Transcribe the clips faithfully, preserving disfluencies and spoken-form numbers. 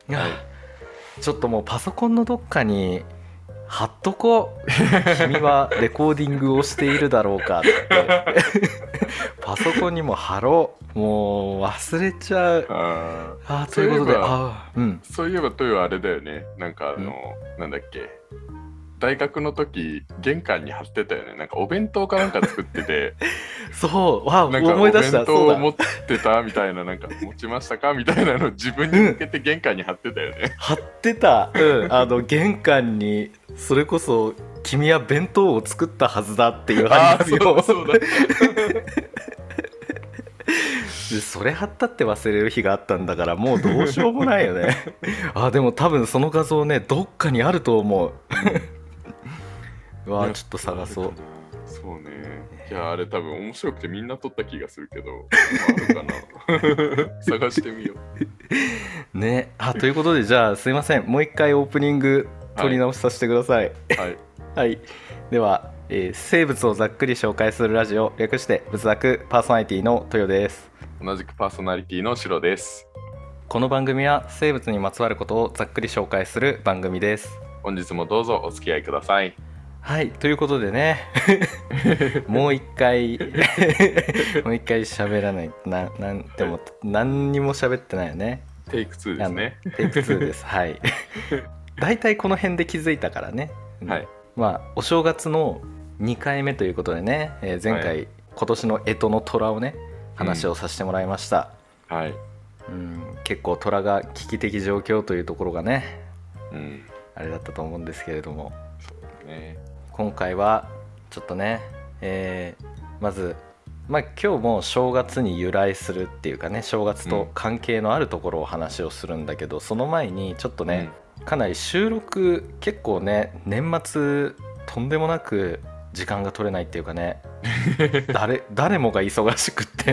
はい、ちょっともうパソコンのどっかに貼っとこう君はレコーディングをしているだろうかってパソコンにも貼ろう、もう忘れちゃう。 ああということで、あ、 うん、そういえばというあれだよね、なんかあの、うん、なんだっけ、大学の時玄関に貼ってたよね、なんかお弁当かなんか作っててそうわ、 なんか思い出した。 お弁当を持ってたみたいな、なんか持ちましたかみたいなの自分に向けて玄関に貼ってたよね、うん、 貼ってた、うん、あの玄関にそれこそ君は弁当を作ったはずだっていう貼り紙を、あ、そうだそうだでそれ貼ったって忘れる日があったんだから、もうどうしようもないよねあ、でも多分その画像ねどっかにあると思ううわ、ちょっと探そう。 そうね。いや、あれ多分面白くてみんな撮った気がするけど、あるかな探してみようね。あ、ということで、じゃあすいません、もう一回オープニング撮り直しさせてください。 はい、 はい、では、えー、生物をざっくり紹介するラジオ、略して仏作、パーソナリティの豊です。 同じくパーソナリティのシロです。 この番組は生物にまつわることをざっくり紹介する番組です。 本日もどうぞお付き合いください。 はい、ということでねもう一回もう一回喋らないな、なんでも何にも喋ってないよね。 テイクツーですね。 テイクツーですはいだいたいこの辺で気づいたからね、 はい、 まあお正月のにかいめということでね、えー、前回、はい、今年の干支の虎をね話をさせてもらいました、 うん、はい、 うん、結構虎が危機的状況というところがね、 うん、 あれだったと思うんですけれども、 そうですね、 今回はちょっとね、えー、まず、まあ、今日も正月に由来するっていうかね、正月と関係のあるところを話をするんだけど、うん、その前にちょっとね、うん、かなり収録結構ね年末とんでもなく時間が取れないっていうかね誰, 誰もが忙しくって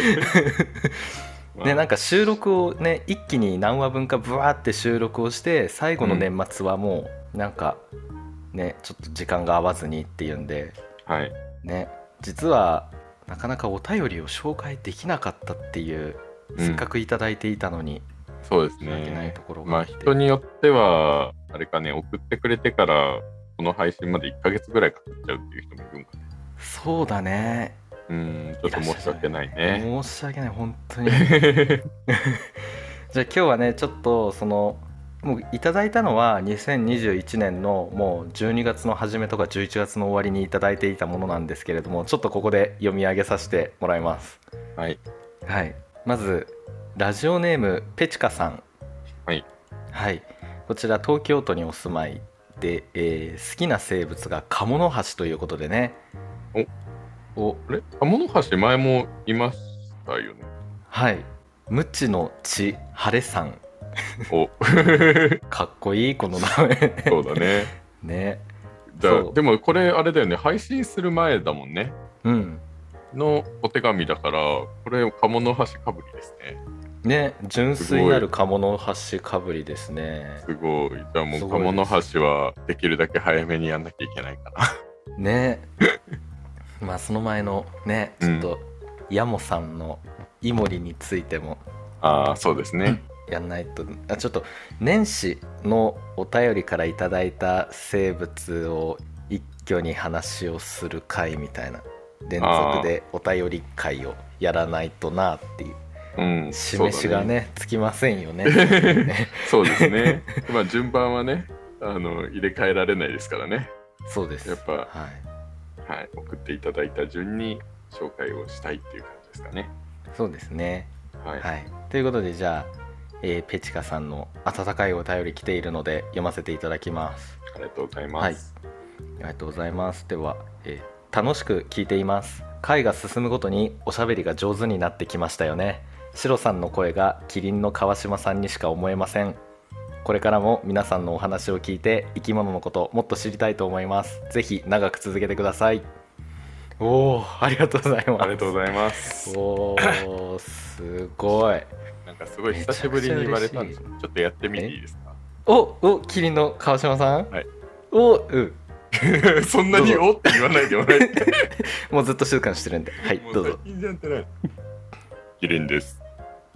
ね、なんか収録をね一気に何話分かブワーって収録をして、最後の年末はもうなんかねちょっと時間が合わずにっていうんで、 はいね、実はなかなかお便りを紹介できなかったっていう、うん、せっかくいただいていたのに、 そうですね、まあ人によってはあれかね、送ってくれてからこの配信までいっかげつぐらいかかっちゃうっていう人もいるんかね。 そうだね、 うん、ちょっと申し訳ないね。 申し訳ない本当にじゃあ今日はねちょっとそのもういただいたのはにせんにじゅういちねんのもうじゅうにがつの初めとかじゅういちがつの終わりにいただいていたものなんですけれども、ちょっとここで読み上げさせてもらいます。 はい、 はい、まずラジオネームペチカさん、 はい、 はい、こちら東京都にお住まいで、えー、好きな生物がカモノハシということでね。 おおあれカモノハシ前もいましたよね。 はい、無知の知晴れさんおかっこいいこの名前そうだねね。 じゃあでもこれあれだよね、配信する前だもんね、 うんのお手紙だから、これカモノハシかぶりですね。 ね、純粋なるカモノハシかぶりですね。 すごい。じゃあもうカモノハシはできるだけ早めにやんなきゃいけないかなねまあその前のねちょっと、うん、ヤモさんのイモリについても、 ああそうですね、 やんないと。あ、ちょっと年始のお便りからいただいた生物を一挙に話をする回みたいな、連続でお便り会をやらないとなっていう、うん、示しが ね, ねつきませんよねそうですねまあ順番はねあの入れ替えられないですからね。 そうです、 やっぱ、はいはい、 送っていただいた順に紹介をしたいっていう感じですかね。 そうですね、 はいはい、ということでじゃあ、えー、ペチカさんの温かいお便り来ているので読ませていただきます。 ありがとうございます、 はい、ありがとうございます。では、えー、楽しく聞いています。回が進むごとにおしゃべりが上手になってきましたよね。シロさんの声がキリンの川島さんにしか思えません。これからも皆さんのお話を聞いて生き物のこともっと知りたいと思います。ぜひ長く続けてください。おー、ありがとうございます。 ありがとうございます。 おー、すごい。 なんかすごい久しぶりに言われたんです。ちょっとやってみていいですか。 おお、キリンの川島さん。 はい。 おうんそんなにおって言わないでもないもうずっと静かにしてるんで、はい、どうぞ。 キリンです。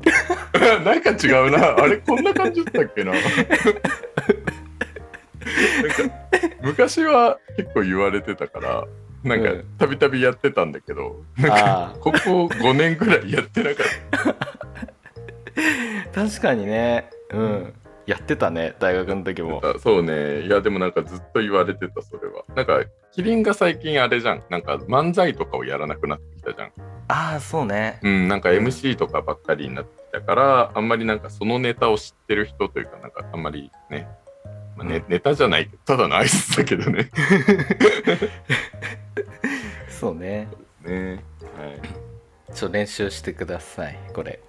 なんか違うな。あれこんな感じだったっけな。なんか昔は結構言われてたからなんかたびたびやってたんだけど、なんかここごねんぐらいやってなかった。 確かにね、うん、やってたね、大学の時も。 そうね。いやでもなんかずっと言われてた、それは。なんかキリンが最近あれじゃん、なんか漫才とかをやらなくなってきたじゃん。 ああ、そうね。 うん、なんか エムシー とかばっかりになってきたから、あんまりなんかそのネタを知ってる人というか、なんかあんまりね、まあ、ね、うん、ネタじゃない、ただの挨拶だけどね。 そうね。 ね、はい。 ちょ練習してください、これ。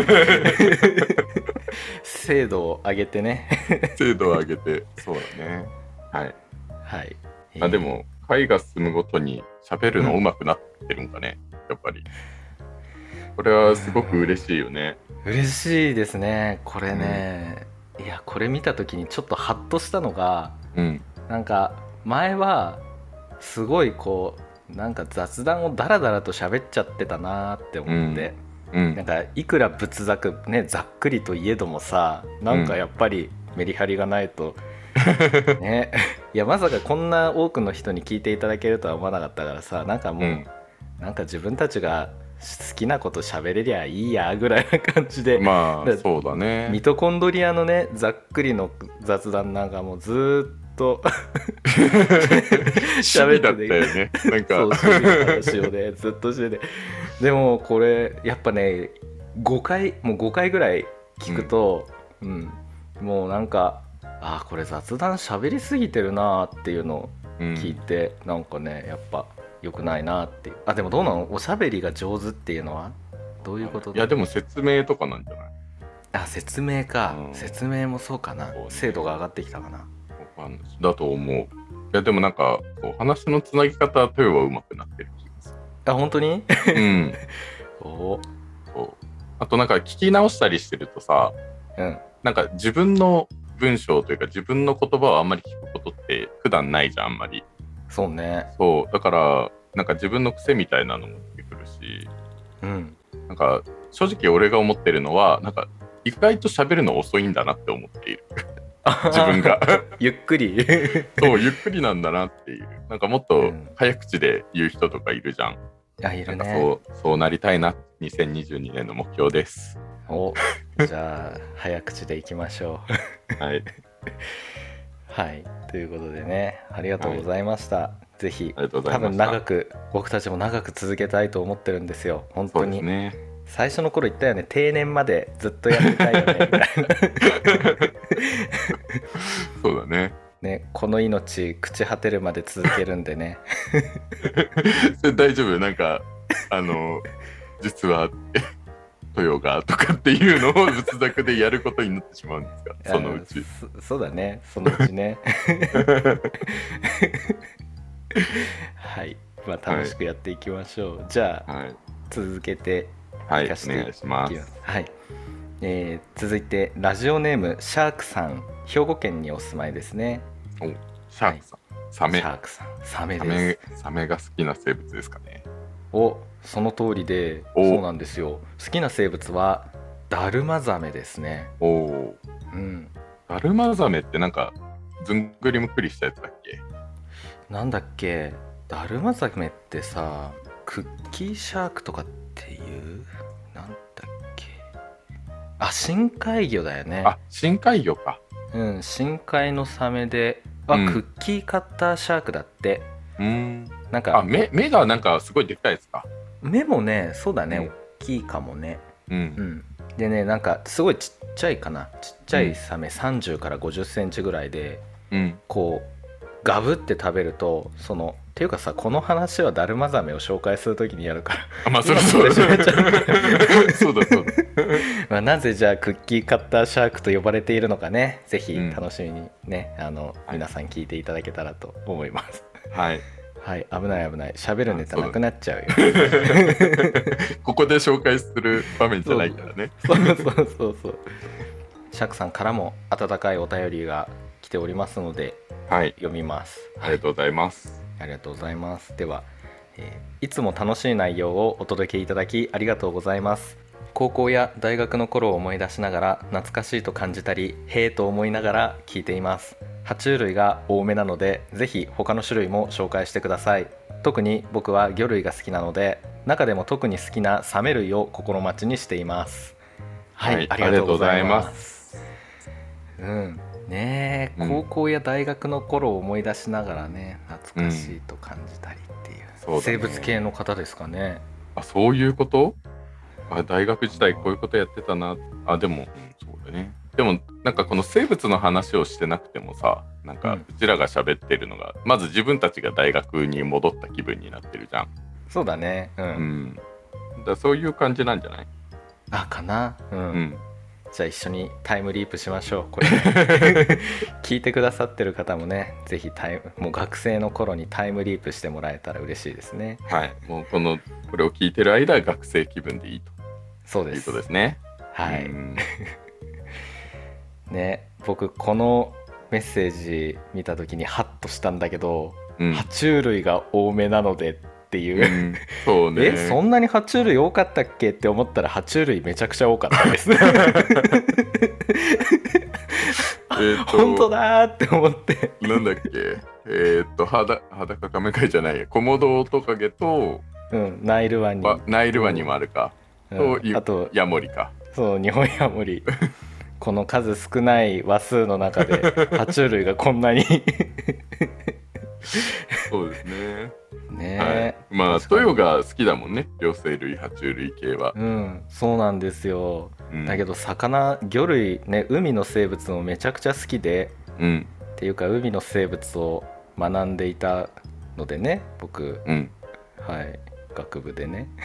精度を上げてね。 精度を上げて、そうだね。はい。 はい。 えー、あでも回が進むごとに喋るの上手くなってるんかね、うん、やっぱり。これはすごく嬉しいよね。 嬉しいですね、これね。うん、いや、これ見た時にちょっとハッとしたのが、うん、なんか前はすごいこうなんか雑談をダラダラと喋っちゃってたなって思って、うんうん、なんかいくら仏作ねざっくりといえどもさ、なんかやっぱりメリハリがないと、うん、ね、いやまさかこんな多くの人に聞いていただけるとは思わなかったからさ、なんかもう、うん、なんか自分たちが好きなこと喋れりゃいいやぐらいな感じで、 まあそうだね、 ミトコンドリアのねざっくりの雑談なんかもうずっと喋ってたよね。なんかそう趣味の話をねずっとしてて、でもこれやっぱねごかいもうごかいぐらい聞くと、うん、うん、もうなんかあこれ雑談喋りすぎてるなっていうのを聞いて、うん、なんかねやっぱ良くないなっていう。あでもどうなの、おしゃべりが上手っていうのはどういうことだ。 いやでも説明とかなんじゃない。 あ説明か、うん、説明もそうかな、ね、精度が上がってきたかな。 だと思う。いやでもなんか話のつなぎ方はトヨは上手くなってる気がする。 あ本当に？ うんおそうあとなんか聞き直したりしてるとさ、うん、なんか自分の文章というか自分の言葉をあんまり聞くことって普段ないじゃん、あんまり。 そうね。 そうだからなんか自分の癖みたいなのも出てくるし、うん、なんか正直俺が思ってるのはなんか意外と喋るの遅いんだなって思っている。自分がゆっくりそうゆっくりなんだなっていう。なんかもっと早口で言う人とかいるじゃん。 あいるね。 なんかそうそうなりたいな、にせんにじゅうにねんの目標です。 おじゃあ早口でいきましょうはいはいということでね、ありがとうございました、はい、ぜひ多分長く僕たちも長く続けたいと思ってるんですよ本当に。 そうですね、 最初の頃言ったよね、定年までずっとやってたいよねみたいなそうだね。 ね、この命朽ち果てるまで続けるんでねそれ大丈夫？なんかあの実はトヨがとかっていうのを仏作でやることになってしまうんですか？そのうち。 そ, そうだね、そのうちねはいまあ楽しくやっていきましょう、はい、じゃあ、はい、続けてはい、お願いします。 はい、えー、続いてラジオネームシャークさん、兵庫県にお住まいですね。 おシャークさん、はい、サメ。 シャークさん、サメです。 サメ、サメが好きな生物ですかね。 お、その通りで、そうなんですよ。好きな生物はダルマザメですね。 おお、うん。ダルマザメってなんかずんぐりむっくりしたやつだっけ？ なんだっけ、ダルマザメってさ、クッキーシャークとかっていうなんだっけ、あ、深海魚だよね。 あ、深海魚か。 うん、深海のサメで、あ、うん、クッキーカッターシャークだって。 うん、なんかあ 目, 目がなんかすごいでかいですか？ 目もね、そうだね、うん、大きいかもね。うん、うん、でね、なんかすごいちっちゃいかな、ちっちゃいサメ、うん、さんじゅうからごじゅっセンチぐらいで、うん、こうガブって食べると、そのっていうかさ、この話はダルマザメを紹介するときにやるから、 あ、まあそりゃそうだそうだそうだまあなぜじゃあクッキーカッターシャークと呼ばれているのかね、ぜひ楽しみにね、うん、あの皆さん聞いていただけたらと思います。 はいはい、危ない危ない、喋るネタなくなっちゃうよ。 ここで紹介する場面じゃないからね。 そうそうそうそう。シャークさんからも温かいお便りが来ておりますので、はい、読みます。 ありがとうございます。 ありがとうございます。では、えー、いつも楽しい内容をお届けいただきありがとうございます。 高校や大学の頃を思い出しながら懐かしいと感じたりへえと思いながら聞いています。爬虫類が多めなのでぜひ他の種類も紹介してください。特に僕は魚類が好きなので中でも特に好きなサメ類を心待ちにしています。はい、はい、ありがとうございます。うんねえ、高校や大学の頃を思い出しながらね懐かしいと感じたりっていう、うん、生物系の方ですかね。 あ、そういうこと？あ、大学時代こういうことやってたなあ。でも、うん、そうだね。でもなんかこの生物の話をしてなくてもさ、なんかうちらが喋ってるのが、うん、まず自分たちが大学に戻った気分になってるじゃん。そうだね。うん、うん、だそういう感じなんじゃない？あ、かな。うん、うん、じゃあ一緒にタイムリープしましょう。これ聞いてくださってる方もね、ぜひタイムもう学生の頃にタイムリープしてもらえたら嬉しいですね。はい、もうこのこれを聞いてる間は学生気分でいいと。そうです。いうことですね。はい。ね、僕このメッセージ見た時にハッとしたんだけど、うん、爬虫類が多めなのでっていう、うん、そうね、えそんなに爬虫類多かったっけって思ったら爬虫類めちゃくちゃ多かったですえ本当だーって思って、なんだっけ、えー、っとはだ裸カメガイじゃないや、コモドオオトカゲと、うん、ナイルワニ、ナイルワニもあるか、うん、とあとヤモリか、そう日本ヤモリこの数少ない話数の中で爬虫類がこんなにそうですね。ね、はい、まあトヨが好きだもんね、両生類爬虫類系は。うん、そうなんですよ、うん、だけど魚魚類ね、海の生物もめちゃくちゃ好きで、うん、っていうか海の生物を学んでいたのでね僕、うん、はい学部でね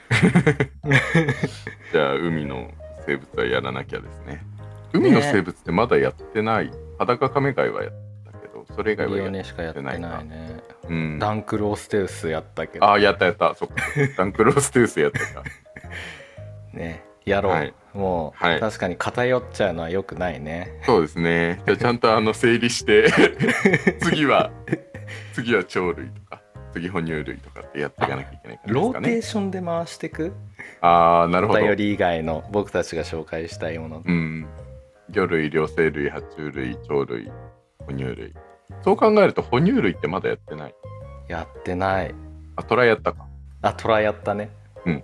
じゃあ海の生物はやらなきゃですね。海の生物ってまだやってない、ね、裸カメガイはやったけどそれ以外はやってないか。リオネしかやってないね、うん、ダンクローステウスやったけど。ああやったやった、そっかダンクローステウスやったかね、やろう、はい、もう、はい、確かに偏っちゃうのは良くないね。そうですね。じゃあちゃんとあの整理して次は次は鳥類とか次哺乳類とかってやっていかなきゃいけないからですかね。ローテーションで回していく。ああなるほど。お便り以外の僕たちが紹介したいもの、うん、魚類、両生類、爬虫類、鳥類、哺乳類。そう考えると哺乳類ってまだやってない。やってない。あ、トラやったか。あ、トラやったね。うん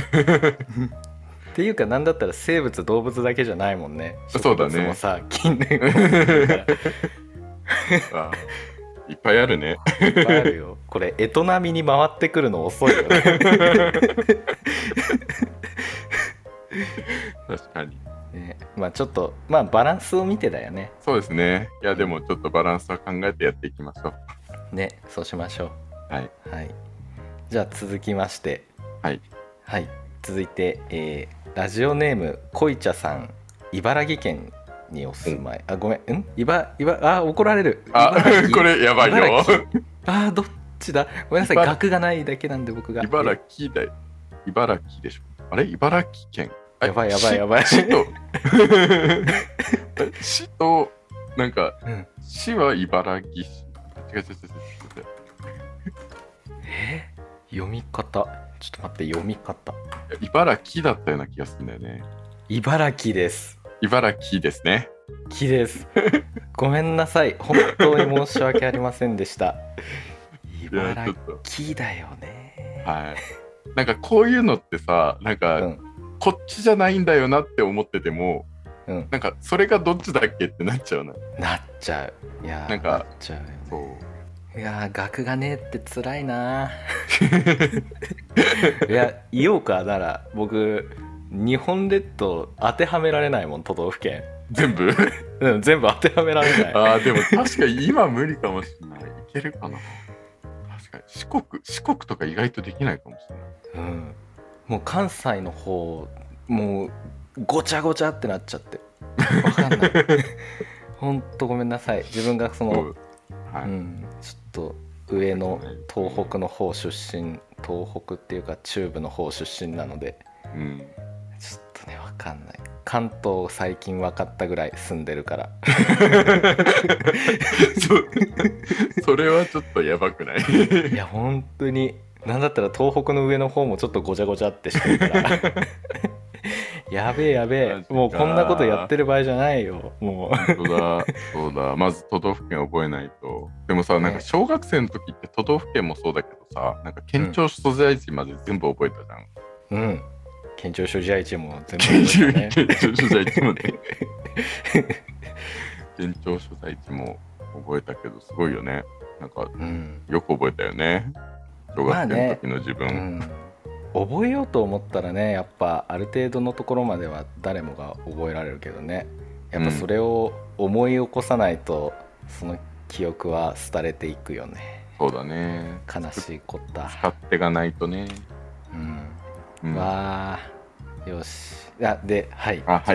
っていうかなんだったら生物動物だけじゃないもんね。そうだね。植物もさ近年あいっぱいあるね。いっぱいあるよ。これエトナミに回ってくるの遅いよね確かに、ね、まあちょっとまあバランスを見てだよね。そうですね。いやでもちょっとバランスは考えてやっていきましょうね。そうしましょう。はい、はい、じゃあ続きましてはい、はい、続いて、えー、ラジオネームこいちゃさん、茨城県にお住まい、あごめんんいばいばあ怒られる。あこれやばいよあどっちだ、ごめんなさい、学がないだけなんで僕が。茨城だよ。茨城でしょ。あれ茨城県。やばいやばいやばい。市と市となんか、うん、市は茨城市。違う違う違う違う。えー、読み方ちょっと待って、読み方茨城だったような気がするんだよね。茨城です。茨城ですね。木ですごめんなさい、本当に申し訳ありませんでした茨城だよね。はいなんかこういうのってさ、なんか、うん、こっちじゃないんだよなって思ってても、うん、なんかそれがどっちだっけってなっちゃうな。なっちゃう。いやなんかなっちゃうよね。そういや学がねって辛いないや言おうかなら僕日本列島当てはめられないもん、都道府県全部うん全部当てはめられない。あでも確かに今無理かもしれない。いけるかな。確かに四国四国とか意外とできないかもしれない。うん、もう関西の方もうごちゃごちゃってなっちゃってわかんないほんとごめんなさい。自分がその、はいうん、ちょっと上の東北の方出身、東北っていうか中部の方出身なので、うん、ちょっとね分かんない。関東最近分かったぐらい住んでるからそ, それはちょっとやばくないいや本当になんだったら東北の上の方もちょっとごちゃごちゃってしてるからやべえやべえ、もうこんなことやってる場合じゃないよもう。 本当だそうだ、まず都道府県覚えないと。でもさ、ね、なんか小学生の時って都道府県もそうだけどさ、なんか県庁所在地まで全部覚えたじゃん。 うん、県庁所在地も全部覚えたね。 県庁所在地まで県庁所在地も覚えたけど、すごいよね。なんか、うん、よく覚えたよね、小学生の時の自分、まあね、 うん、覚えようと思ったらね、やっぱある程度のところまでは誰もが覚えられるけどね、やっぱそれを思い起こさないと、うん、その記憶は廃れていくよね。 そうだね、 悲しいこった。 使ってがないとね。 うん、うん、わあ、よし。あで、はい。 あ、はい。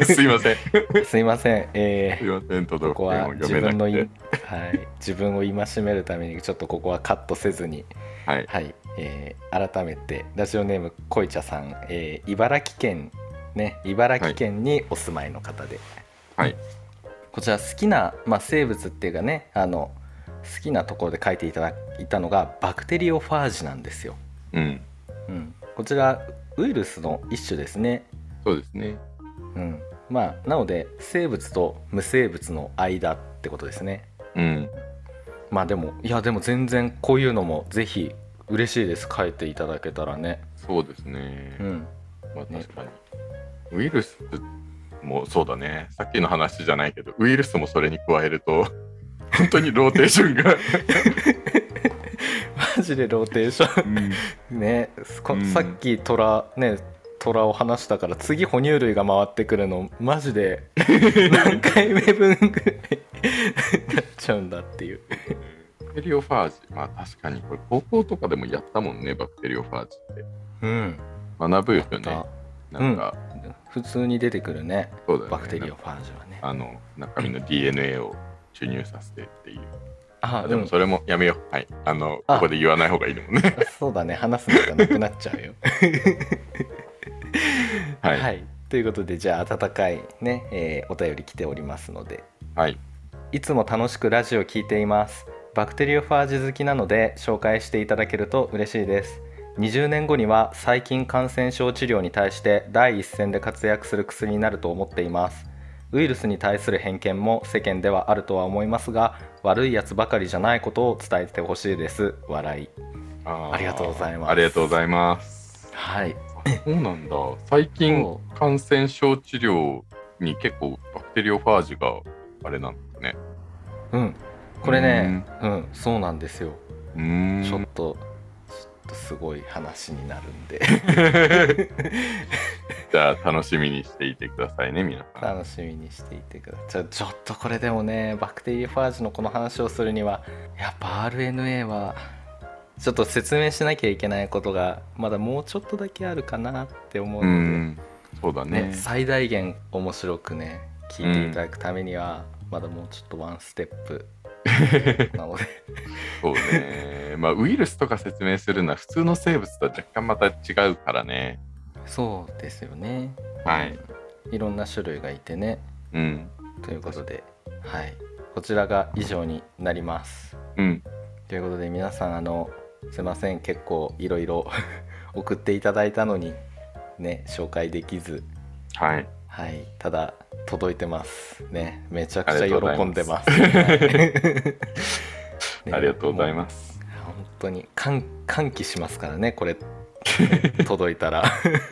すいません。 すいません。えー、 すいません、都道府県を読めなくて。ここは自分の、 はい、自分を戒めるためにちょっとここはカットせずに、 はい、 はい、えー、改めてラジオネームこいちゃさん、えー、茨城県ね、茨城県にお住まいの方で、 はい、 こちら好きな、まあ、生物っていうかね、あの好きなところで書いていただいたのがバクテリオファージなんですよ。 うん、 うん、こちらウイルスの一種ですね。 そうですね。 うん、まあなので生物と無生物の間ってことですね。 うん。 まあでもいやでも全然こういうのもぜひ嬉しいです、書いていただけたらね。 そうですね。 うん。 まあ確かに、ね、ウイルスもそうだね。さっきの話じゃないけど、ウイルスもそれに加えると本当にローテーションがマジでローテーション、うん、ね、うん、さっきトラねトラを話したから次哺乳類が回ってくるのマジで何回目分ぐらいなっちゃうんだっていう。 バクテリオファージ、まあ確かにこれ高校とかでもやったもんね、バクテリオファージって。 うん。 学ぶよね。なんか、 うん、普通に出てくるね。 そうだよね。 バクテリオファージはね。 あの中身の ディーエヌエー を注入させてっていう。 あ、 でもそれもやめよう。うん、はい。あのここで言わない方がいいのもんね。 そうだね。話すのがなくなっちゃうよ。はい、はい。ということで、じゃあ温かいね、えー、お便り来ておりますので。 はい。 いつも楽しくラジオを聞いています。バクテリオファージ好きなので紹介していただけると嬉しいです。にじゅうねんごには細菌感染症治療に対して第一線で活躍する薬になると思っています。ウイルスに対する偏見も世間ではあるとは思いますが、悪いやつばかりじゃないことを伝えてほしいです。笑い。 あ, ありがとうございます。 ありがとうございます。 はい。 そうなんだ。細菌感染症治療に結構バクテリオファージがあれなんですね。 うん。これね、うん、うん、そうなんですよ。 うーん、 ちょっとすごい話になるんでじゃあ楽しみにしていてくださいね、皆さん。楽しみにしていてください。ちょ、ちょっとこれでもね、バクテリオファージのこの話をするにはやっぱ アールエヌエー はちょっと説明しなきゃいけないことがまだもうちょっとだけあるかなって思うので、うん、 そうだね、 ね、最大限面白くね聞いていただくためには、うん、まだもうちょっとワンステップなのでそうね、まあウイルスとか説明するのは普通の生物とは若干また違うからね。 そうですよね。 はい、 いろんな種類がいてね、 うん、 ということで、はい、こちらが以上になります、 うん、 ということで皆さん、あのすいません、結構いろいろ送っていただいたのにね紹介できず、 はい、 はい、ただ届いてますね。めちゃくちゃ喜んでます。 ありがとうございます。 本当に歓歓喜しますからね、これ届いたら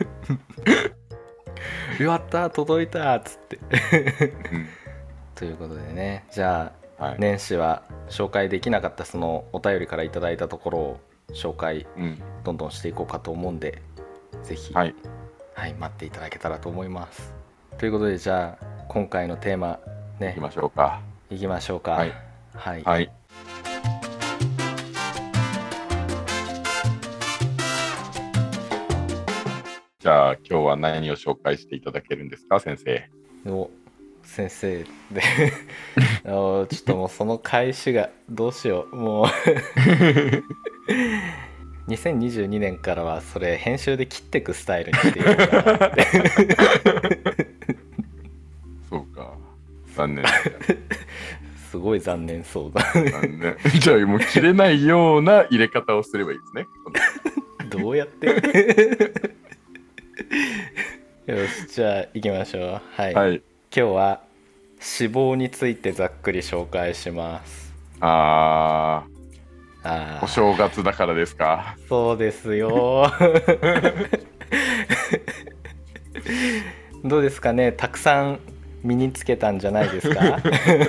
やったー届いたーっつって、うん、ということでね、じゃあ、はい、年始は紹介できなかったそのお便りからいただいたところを紹介、うん、どんどんしていこうかと思うんで、ぜひ、はいはい、待っていただけたらと思います。ということで、じゃあ今回のテーマね、 いきましょうかいきましょうか。 はい、 はいはい、じゃあ今日は何を紹介していただけるんですか、先生。 お先生でちょっともうその返しがどうしよう、もうにせんにじゅうにねんからはそれ編集で切ってくスタイルにしていこうかなってそうか、残念すごい残念そうだ残念じゃあもう切れないような入れ方をすればいいですねどうやってよし、じゃあ行きましょう。はい、 はい、 今日は脂肪についてざっくり紹介します。 あーおあ正月だからですか？ ーそうですよ。どうですかね、たくさん身につけたんじゃないですか？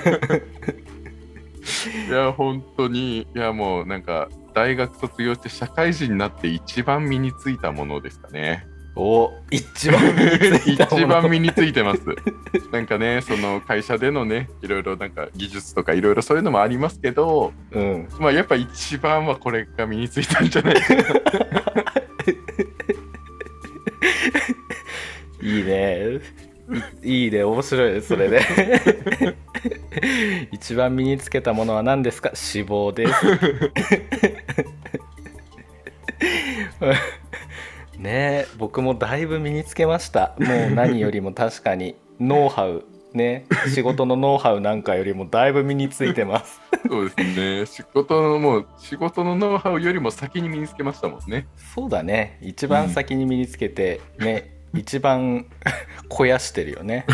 いや本当に、いやもうなんか大学卒業して社会人になって一番身についたものですかね。 お、一番身についたもの。 一番身についてます。なんかね、その会社でのね、いろいろなんか技術とかいろいろそういうのもありますけど、 うん、 まあやっぱ一番はこれが身についたんじゃないかな。 いいね、いいね、面白いですそれで。一番身につけたものは何ですか？脂肪です。ねえ、僕もだいぶ身につけました。もう何よりも確かにノウハウね、仕事のノウハウなんかよりもだいぶ身についてます。 そうですね。仕事のもう仕事のノウハウよりも先に身につけましたもんね。 そうだね、一番先に身につけてね、うん、一番肥やしてるよね。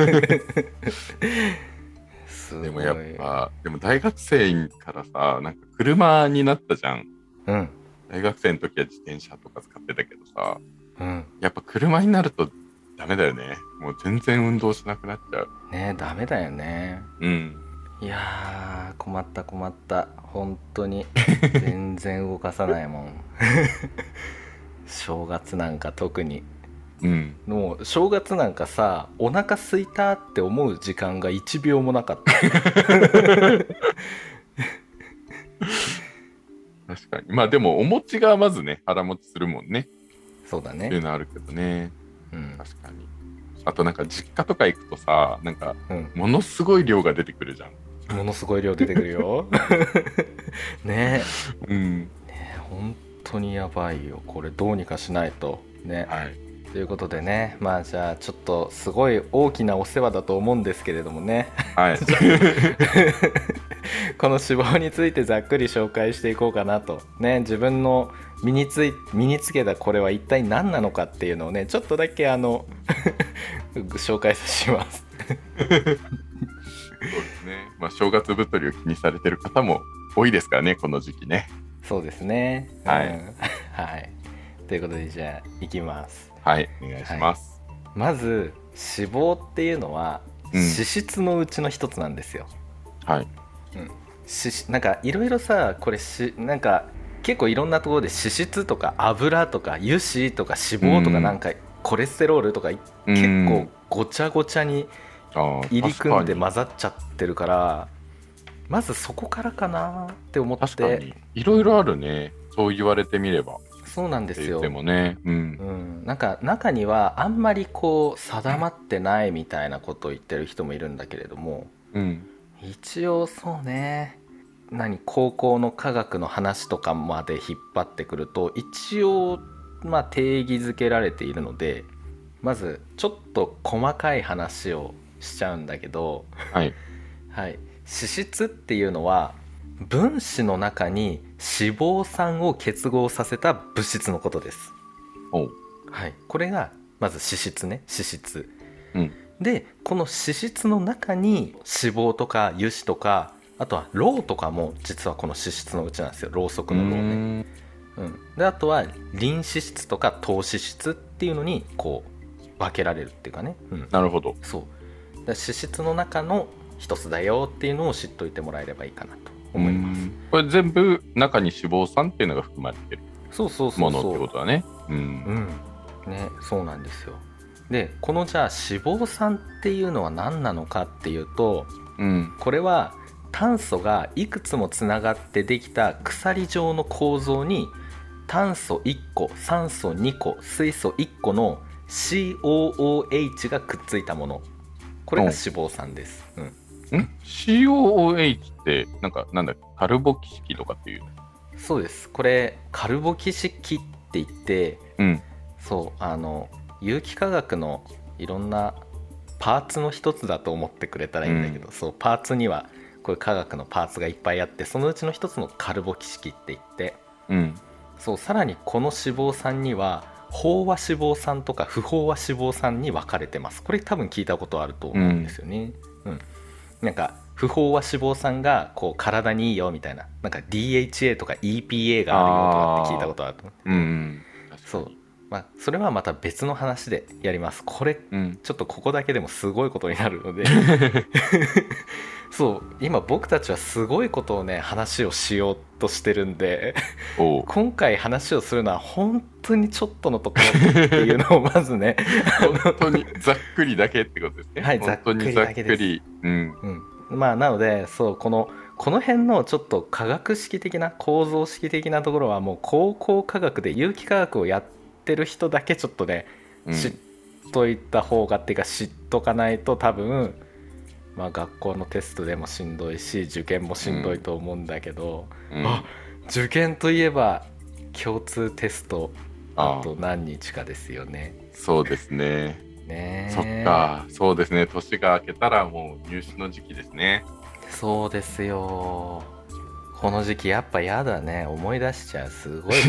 すごい。 でもやっぱでも大学生からさ、なんか車になったじゃん。 うん。 大学生の時は自転車とか使ってたけどさ、 うん、 やっぱ車になるとダメだよね。もう全然運動しなくなっちゃう。 ね、ダメだよね。 うん。 いやー、困った困った、本当に全然動かさないもん。正月なんか特に。 うん、 もう正月なんかさ、お腹空いたって思う時間がいちびょうもなかった。 確かに。まあでもお餅がまずね、腹持ちするもんね。 そうだね。 っていうのあるけどね。 うん、 確かに。あとなんか実家とか行くとさ、なんかもうのすごい量が出てくるじゃん、ものすごい量出てくるよ。ねえ。うん。 ねえ、本当にやばいよ。これどうにかしないとね。 はい。 ということでね、まあじゃあちょっとすごい大きなお世話だと思うんですけれどもね。 はい。 この脂肪についてざっくり紹介していこうかなとね。自分の身につい身につけたこれは一体何なのかっていうのをね、ちょっとだけあの紹介させます。 そうですね。まあ正月太りを気にされてる方も多いですからね、この時期ね。 そうですね。 はい。 うん、はい。ということでじゃあいきます。 はい、お願いします。 はい、まず脂肪っていうのは脂質のうちの一つなんですよ。 うん、はい。 うん、しなんかいろいろさ、これしなんか結構いろんなところで脂質とか油とか油脂とか脂肪とかなんかコレステロールとか結構ごちゃごちゃに入り組んで混ざっちゃってるから、まずそこからかなって思って。 確かにいろいろあるね、そう言われてみれば。 そうなんですよ。 でもね、うん、 うん、なんか中にはあんまりこう定まってないみたいなことを言ってる人もいるんだけれども、 うん、 一応そうね、何高校の科学の話とかまで引っ張ってくると一応まあ定義づけられているので、まずちょっと細かい話をしちゃうんだけど、 はい、 はい、脂質っていうのは分子の中に脂肪酸を結合させた物質のことです。 おう、 はい、これがまず脂質ね、脂質、 うん、 でこの脂質の中に脂肪とか油脂とか、あとはろうとかも実はこの脂質のうちなんですよ。ろうそくのろうね。うん、であとはリン脂質とか糖脂質っていうのにこう分けられるっていうかね、うん、 なるほど。 そうだ、脂質の中の一つだよっていうのを知っといてもらえればいいかなと思います。 これ全部中に脂肪酸っていうのが含まれてるそうそうそうそうものってことだね。うん、 うん、ね、そうなんですよ。でこのじゃあ脂肪酸っていうのは何なのかっていうと、 うん、 これは炭素がいくつもつながってできた鎖状の構造に炭素いっこ、酸素にこ、水素いっこの シーオーオーエイチ がくっついたもの、これが脂肪酸です。うん、 ん シーオーオーエイチ ってなんかなんだっけ、カルボキ式とかっていう。 そうです。これカルボキ式って言って、 うん、 そうあの有機化学のいろんなパーツの一つだと思ってくれたらいいんだけど、うん、そうパーツにはこういう化学のパーツがいっぱいあって、そのうちの一つのカルボキ式って言って、 うん、 そうさらにこの脂肪酸には飽和脂肪酸とか不飽和脂肪酸に分かれてます。これ多分聞いたことあると思うんですよね、うんうん、なんか不飽和脂肪酸がこう体にいいよみたいな、なんか ディーエイチエー とか イーピーエー があるよとかって聞いたことあると思う。 うん、 そう、まあ、それはまた別の話でやります。これ、うん、ちょっとここだけでもすごいことになるのでそう今僕たちはすごいことをね話をしようとしてるんで今回話をするのは本当にちょっとのところっていうのをまずね本当にざっくりだけってことですね。 はい、ざっくりだけです。うんうん、まあなのでそうこのこの辺のちょっと科学式的な構造式的なところはもう高校科学で有機化学をやってる人だけちょっとね、うん、知っといた方がっていうか知っとかないと多分まあ、学校のテストでもしんどいし受験もしんどいと思うんだけど、うん、あ受験といえば共通テストあと何日かですよね。 そうですね。ねそっかそうですね。年が明けたらもう入試の時期ですね。 そうですよ。この時期やっぱやだね。思い出しちゃう。すごい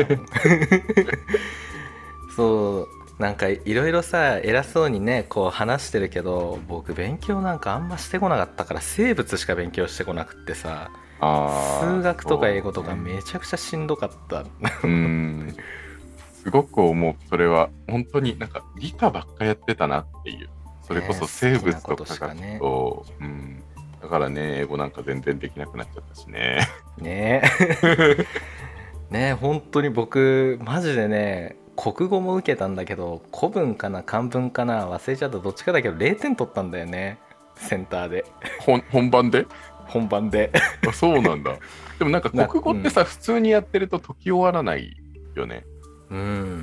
そうなんかいろいろさ偉そうにねこう話してるけど僕勉強なんかあんましてこなかったから生物しか勉強してこなくってさあ数学とか英語とかめちゃくちゃしんどかった。う、ね、 うんすごく思う。それは本当になんか理科ばっかやってたなっていう。それこそ生物と科学と、ねうん、だからね英語なんか全然できなくなっちゃったしね。 ねえねえ本当に僕マジでね国語も受けたんだけど古文かな漢文かな忘れちゃったどっちかだけどれいてん取ったんだよねセンターで。 本番で本番であそうなんだ。でもなんか国語ってさ、うん、普通にやってると解き終わらないよね。 うん、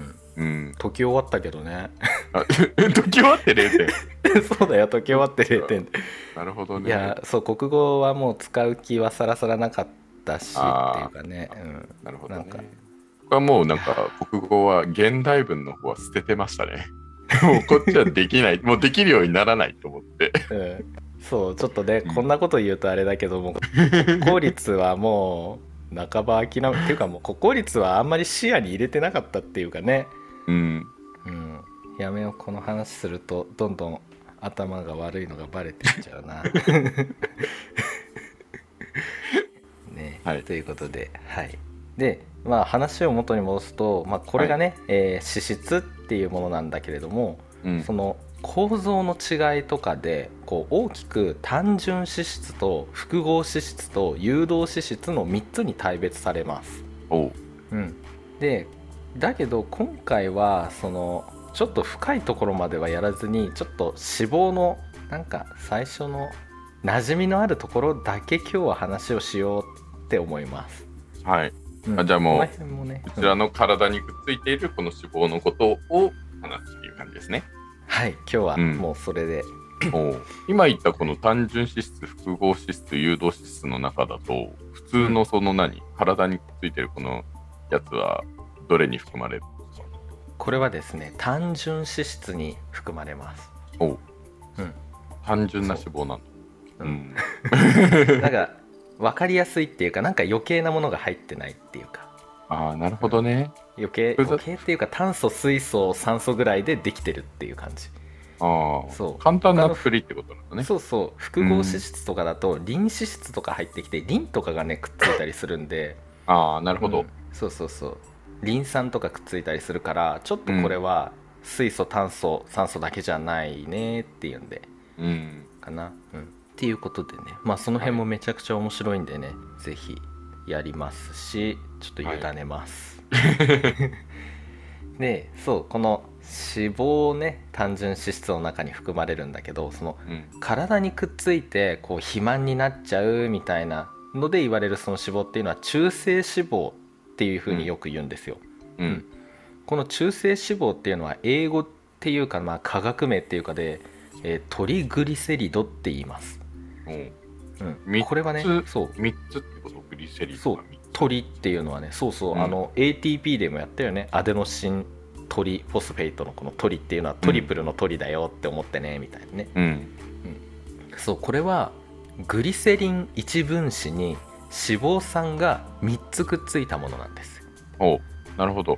うん、解き終わったけどね解き終わってれいてんそうだよ解き終わってれいてん。 なるほどね。 いやそう国語はもう使う気はさらさらなかったしっていうかね、うん、 なるほどね。なんか僕はもうなんか国語は現代文の方は捨ててましたね。もうこっちはできないもうできるようにならないと思って、 うん、そうちょっとね、うん、こんなこと言うとあれだけども国公立はもう半ば諦めっていうかもう国公立はあんまり視野に入れてなかったっていうかね、うんうん、やめようこの話するとどんどん頭が悪いのがバレてっちゃうなね、はい、ということではいでまあ、話を元に戻すと、まあ、これがね、はいえー、脂質っていうものなんだけれども、うん、その構造の違いとかでこう大きく単純脂質と複合脂質と誘導脂質のみっつに大別されます。おう、うん、でだけど今回はそのちょっと深いところまではやらずにちょっと脂肪のなんか最初の馴染みのあるところだけ今日は話をしようって思います。 はいうん、あじゃあもうも、ね、うちらの体にくっついているこの脂肪のことを話すっていう感じですね。 はい今日はもうそれで、 うん、お今言ったこの単純脂質複合脂質誘導脂質の中だと普通のその何、うん、体にくっついてるこのやつはどれに含まれるんですか？ これはですね単純脂質に含まれます。おう、 うん、単純な脂肪なんだ。う、うん、 なんか分かりやすいっていうかなんか余計なものが入ってないっていうか。 ああなるほどね、 うん、余計余計っていうか炭素水素酸素ぐらいでできてるっていう感じ。 ああそう簡単な作りってことなんだね。 そうそう複合脂質とかだとリン脂質とか入ってきてリンとかがねくっついたりするんでああなるほど、うん、 そうそうそうリン酸とかくっついたりするからちょっとこれは水素炭素酸素だけじゃないねっていうんで、うん、かな、うん、っていうことでねまあその辺もめちゃくちゃ面白いんでね、はい、ぜひやりますしちょっと委ねます、はい、でそうこの脂肪ね単純脂質の中に含まれるんだけどその、うん、体にくっついてこう肥満になっちゃうみたいなので言われるその脂肪っていうのは中性脂肪っていうふうによく言うんですよ、うんうん、この中性脂肪っていうのは英語っていうか、まあ、化学名っていうかで、えー、トリグリセリドって言います、うん、これはねそうみっつってことグリセリドそうトリっていうのはねそうそう、うん、あの エーティーピー でもやったよねアデノシントリフォスフェイトのこのトリっていうのはトリプルのトリだよって思ってね、うん、みたいなね、うんうん、そうこれはグリセリン一分子に脂肪酸がみっつくっついたものなんです。 おなるほど。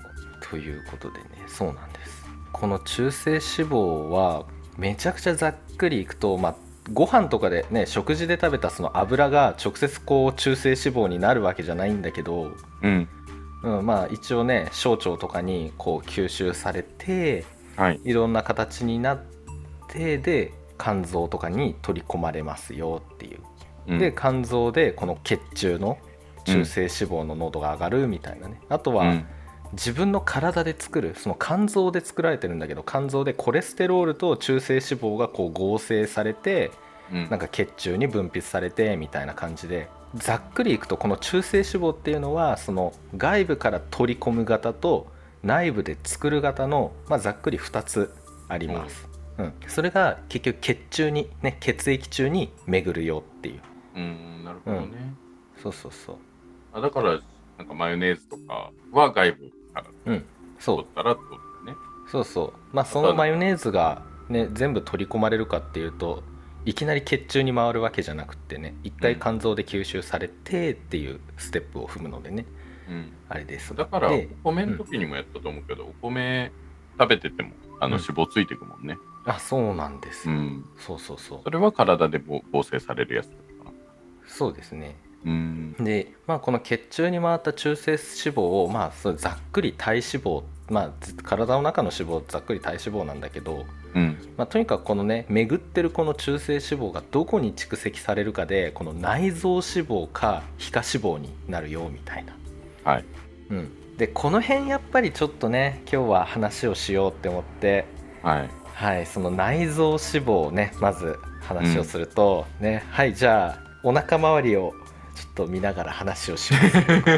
ということでね、そうなんです。この中性脂肪はめちゃくちゃざっくりいくと、まあご飯とかでね、食事で食べたその油が直接こう中性脂肪になるわけじゃないんだけど、 うんうん、まあ一応ね小腸とかにこう吸収されて、 はい、 いろんな形になってで肝臓とかに取り込まれますよっていう、うん、で肝臓でこの血中の中性脂肪の濃度が上がるみたいなね、うん、あとは、うん、自分の体で作るその肝臓で作られてるんだけど、肝臓でコレステロールと中性脂肪がこう合成されて、うん、なんか血中に分泌されてみたいな感じで、ざっくりいくとこの中性脂肪っていうのはその外部から取り込む型と内部で作る型の、まあ、ざっくりふたつあります、うんうん、それが結局血中に、ね、血液中に巡るよっていう。 うん、なるほどね、うん、 そうそうそう。 あ、だからなんかマヨネーズとかは外部からうんそう取ったらってことだね。 そうそう。まあそのマヨネーズが、ね、全部取り込まれるかっていうと、いきなり血中に回るわけじゃなくってね、一回肝臓で吸収されてっていうステップを踏むのでね、うん、あれです。 だからお米の時にもやったと思うけど、うん、お米食べててもあの脂肪ついてくもんね、 うん、あ、そうなんですよ、うん、そうそうそう。 それは体で合成されるやつだかな。 そうですね。 うん、 で、まあ、この血中に回った中性脂肪を、まあ、それざっくり体脂肪、まあ、体の中の脂肪ざっくり体脂肪なんだけど、うんまあ、とにかくこのね巡ってるこの中性脂肪がどこに蓄積されるかで、この内臓脂肪か皮下脂肪になるよみたいな、 はいうん、でこの辺やっぱりちょっとね今日は話をしようって思って、 はいはい、その内臓脂肪をねまず話をすると、うんね、はいじゃあお腹周りをちょっと見ながら話をします、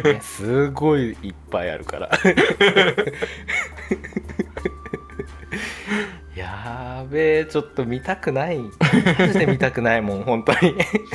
ね、すごいいっぱいあるからやーべえ、ちょっと見たくないマジで見たくないもん本当に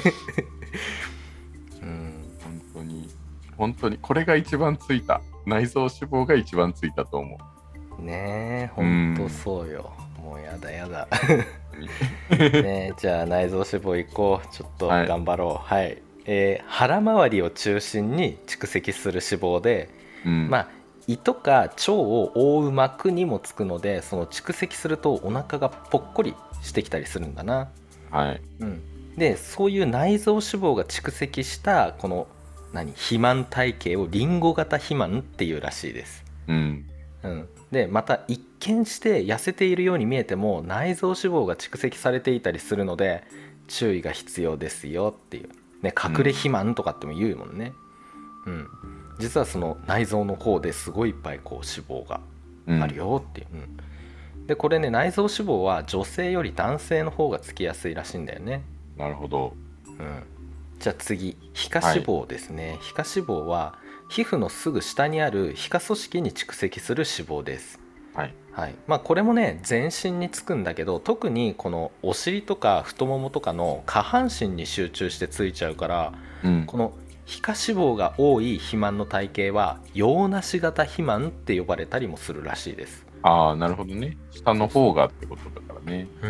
うん本当に本当にこれが一番ついた、内臓脂肪が一番ついたと思うねえ、本当そうよ、もうやだやだねえ、じゃあ内臓脂肪いこう、ちょっと頑張ろう。はい、はい、えー、腹周りを中心に蓄積する脂肪で、うん、まあ胃とか腸を覆う膜にもつくので、その蓄積するとお腹がぽっこりしてきたりするんだな。 はい、 うん、でそういう内臓脂肪が蓄積したこの何肥満体型をリンゴ型肥満っていうらしいです。 うんうん、でまた一見して痩せているように見えても内臓脂肪が蓄積されていたりするので注意が必要ですよっていう、ね、隠れ肥満とかっても言うもんね。うん、うん、実はその内臓の方ですごいいっぱいこう脂肪があるよっていう、うんうん、でこれね内臓脂肪は女性より男性の方がつきやすいらしいんだよね。 なるほど、 うん、じゃあ次皮下脂肪ですね、はい、皮下脂肪は皮膚のすぐ下にある皮下組織に蓄積する脂肪です。 はいはいまあ、これもね全身につくんだけど、特にこのお尻とか太ももとかの下半身に集中してついちゃうから、うん、この皮下脂肪が多い肥満の体型は洋梨型肥満って呼ばれたりもするらしいです。 ああなるほどね、下の方がってことだからね。 うん、うん、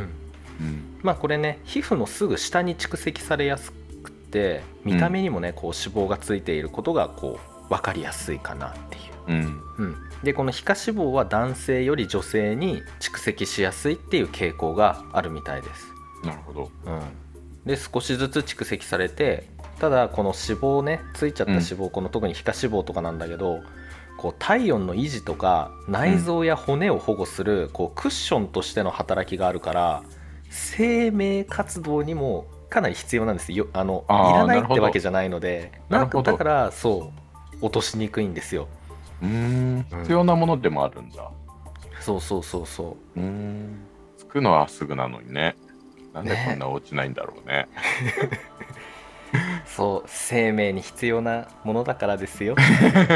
まあこれね皮膚のすぐ下に蓄積されやすくて、見た目にもね、うん、こう脂肪がついていることがこう分かりやすいかなっていう、うんうん、でこの皮下脂肪は男性より女性に蓄積しやすいっていう傾向があるみたいです。 なるほど、 うん、で少しずつ蓄積されて、ただこの脂肪ねついちゃった脂肪、うん、この特に皮下脂肪とかなんだけど、こう体温の維持とか内臓や骨を保護する、こうクッションとしての働きがあるから、生命活動にもかなり必要なんですよ。あのいらないってわけじゃないので、なんかだからそう落としにくいんですよ。 うーん必要なものでもあるんだ、 うん、そうそうそうそう。 うーんつくのはすぐなのにね、なんでこんな落ちないんだろうね。 そう生命に必要なものだからですよ。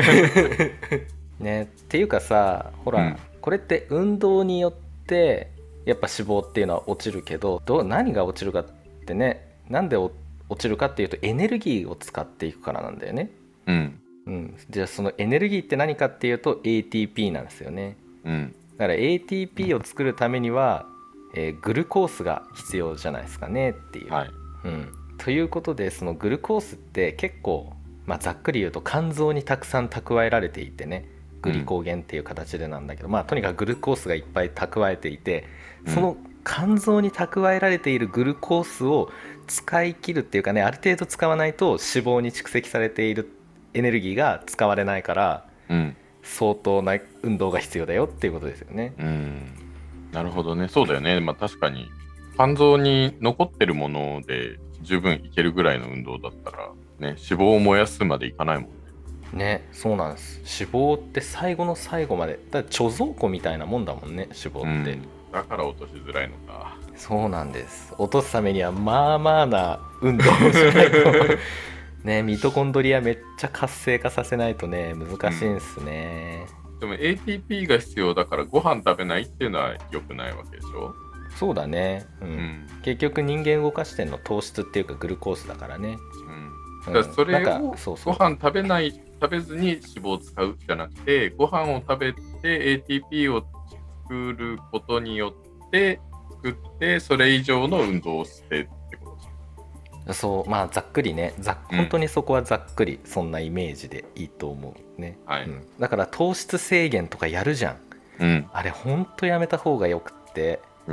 ね、っていうかさほら、うん、これって運動によってやっぱ脂肪っていうのは落ちるけど、どう何が落ちるかってね、なんで落ちるかっていうとエネルギーを使っていくからなんだよね。 うんうん、じゃあそのエネルギーって何かっていうと エーティーピー なんですよね。 うん、 だから エーティーピー を作るためには、えー、グルコースが必要じゃないですかねっていう、 はいうん、ということでそのグルコースって結構、まあ、ざっくり言うと肝臓にたくさん蓄えられていてね、 グリコーゲンっていう形でなんだけど、うん、まあとにかくグルコースがいっぱい蓄えていて、その肝臓に蓄えられているグルコースを使い切るっていうかね、ある程度使わないと脂肪に蓄積されているエネルギーが使われないから、うん、相当な運動が必要だよっていうことですよね。 うん、なるほどね。そうだよね。まあ確かに肝臓に残ってるもので十分いけるぐらいの運動だったらね、脂肪を燃やすまでいかないもんね。 ね、そうなんです。脂肪って最後の最後まで、だから貯蔵庫みたいなもんだもんね、脂肪って、うん、 だから落としづらいのか。 そうなんです。落とすためにはまあまあな運動をしないとね、ミトコンドリアめっちゃ活性化させないとね、難しいんですね、 うん、でも エーティーピー が必要だからご飯食べないっていうのは良くないわけでしょ。 そうだね、うんうん、結局人間動かしてんの糖質っていうかグルコースだからね、 うん、だからそれをご飯食べない食べずに脂肪を使うじゃなくて、ご飯を食べて エーティーピー を作ることによって作ってそれ以上の運動をしてってことそう、まあざっくりね、ざ本当にそこはざっくりそんなイメージでいいと思うね、はい、うん、だから糖質制限とかやるじゃん、うん、あれほんとやめた方がよくって、うん、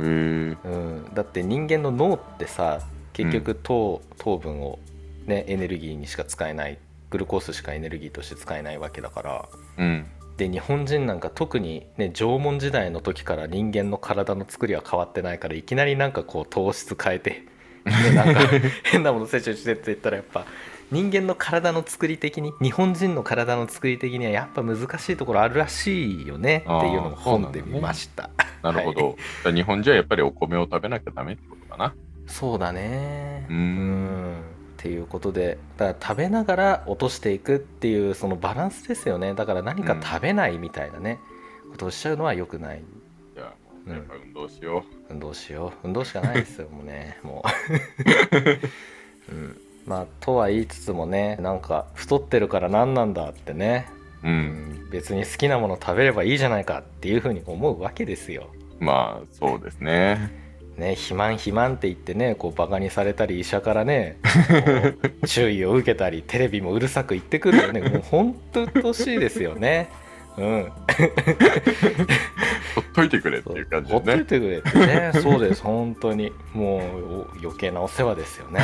だって人間の脳ってさ結局 糖,、うん、糖分を、ね、エネルギーにしか使えない、グルコースしかエネルギーとして使えないわけだから、うん、で日本人なんか特に、ね、縄文時代の時から人間の体の作りは変わってないから、いきなりなんかこう糖質変えて、ね、なんか変なもの摂取してって言ったらやっぱ人間の体の作り的に、日本人の体の作り的にはやっぱ難しいところあるらしいよねっていうのを本で見ました。 なるほど、はい、日本人はやっぱりお米を食べなきゃダメってことかな。 そうだね、うーんっていうことで、だから食べながら落としていくっていうそのバランスですよね。だから何か食べないみたいなね、うん、ことをしちゃうのは良くない。 じゃあもうやっぱ運動しよう、うん、運動しよう運動しかないですよもうねもう、うん、まあとは言いつつもね、なんか太ってるから何なんだってね、うん、うん、別に好きなもの食べればいいじゃないかっていうふうに思うわけですよ。 まあそうですね。 ね、肥満肥満って言ってね、こうバカにされたり医者からね注意を受けたりテレビもうるさく言ってくるよね。もう本当鬱陶しいですよね。うんほっといてくれっていう感じでね。 ほっといてくれってね。そうです本当にもう余計なお世話ですよね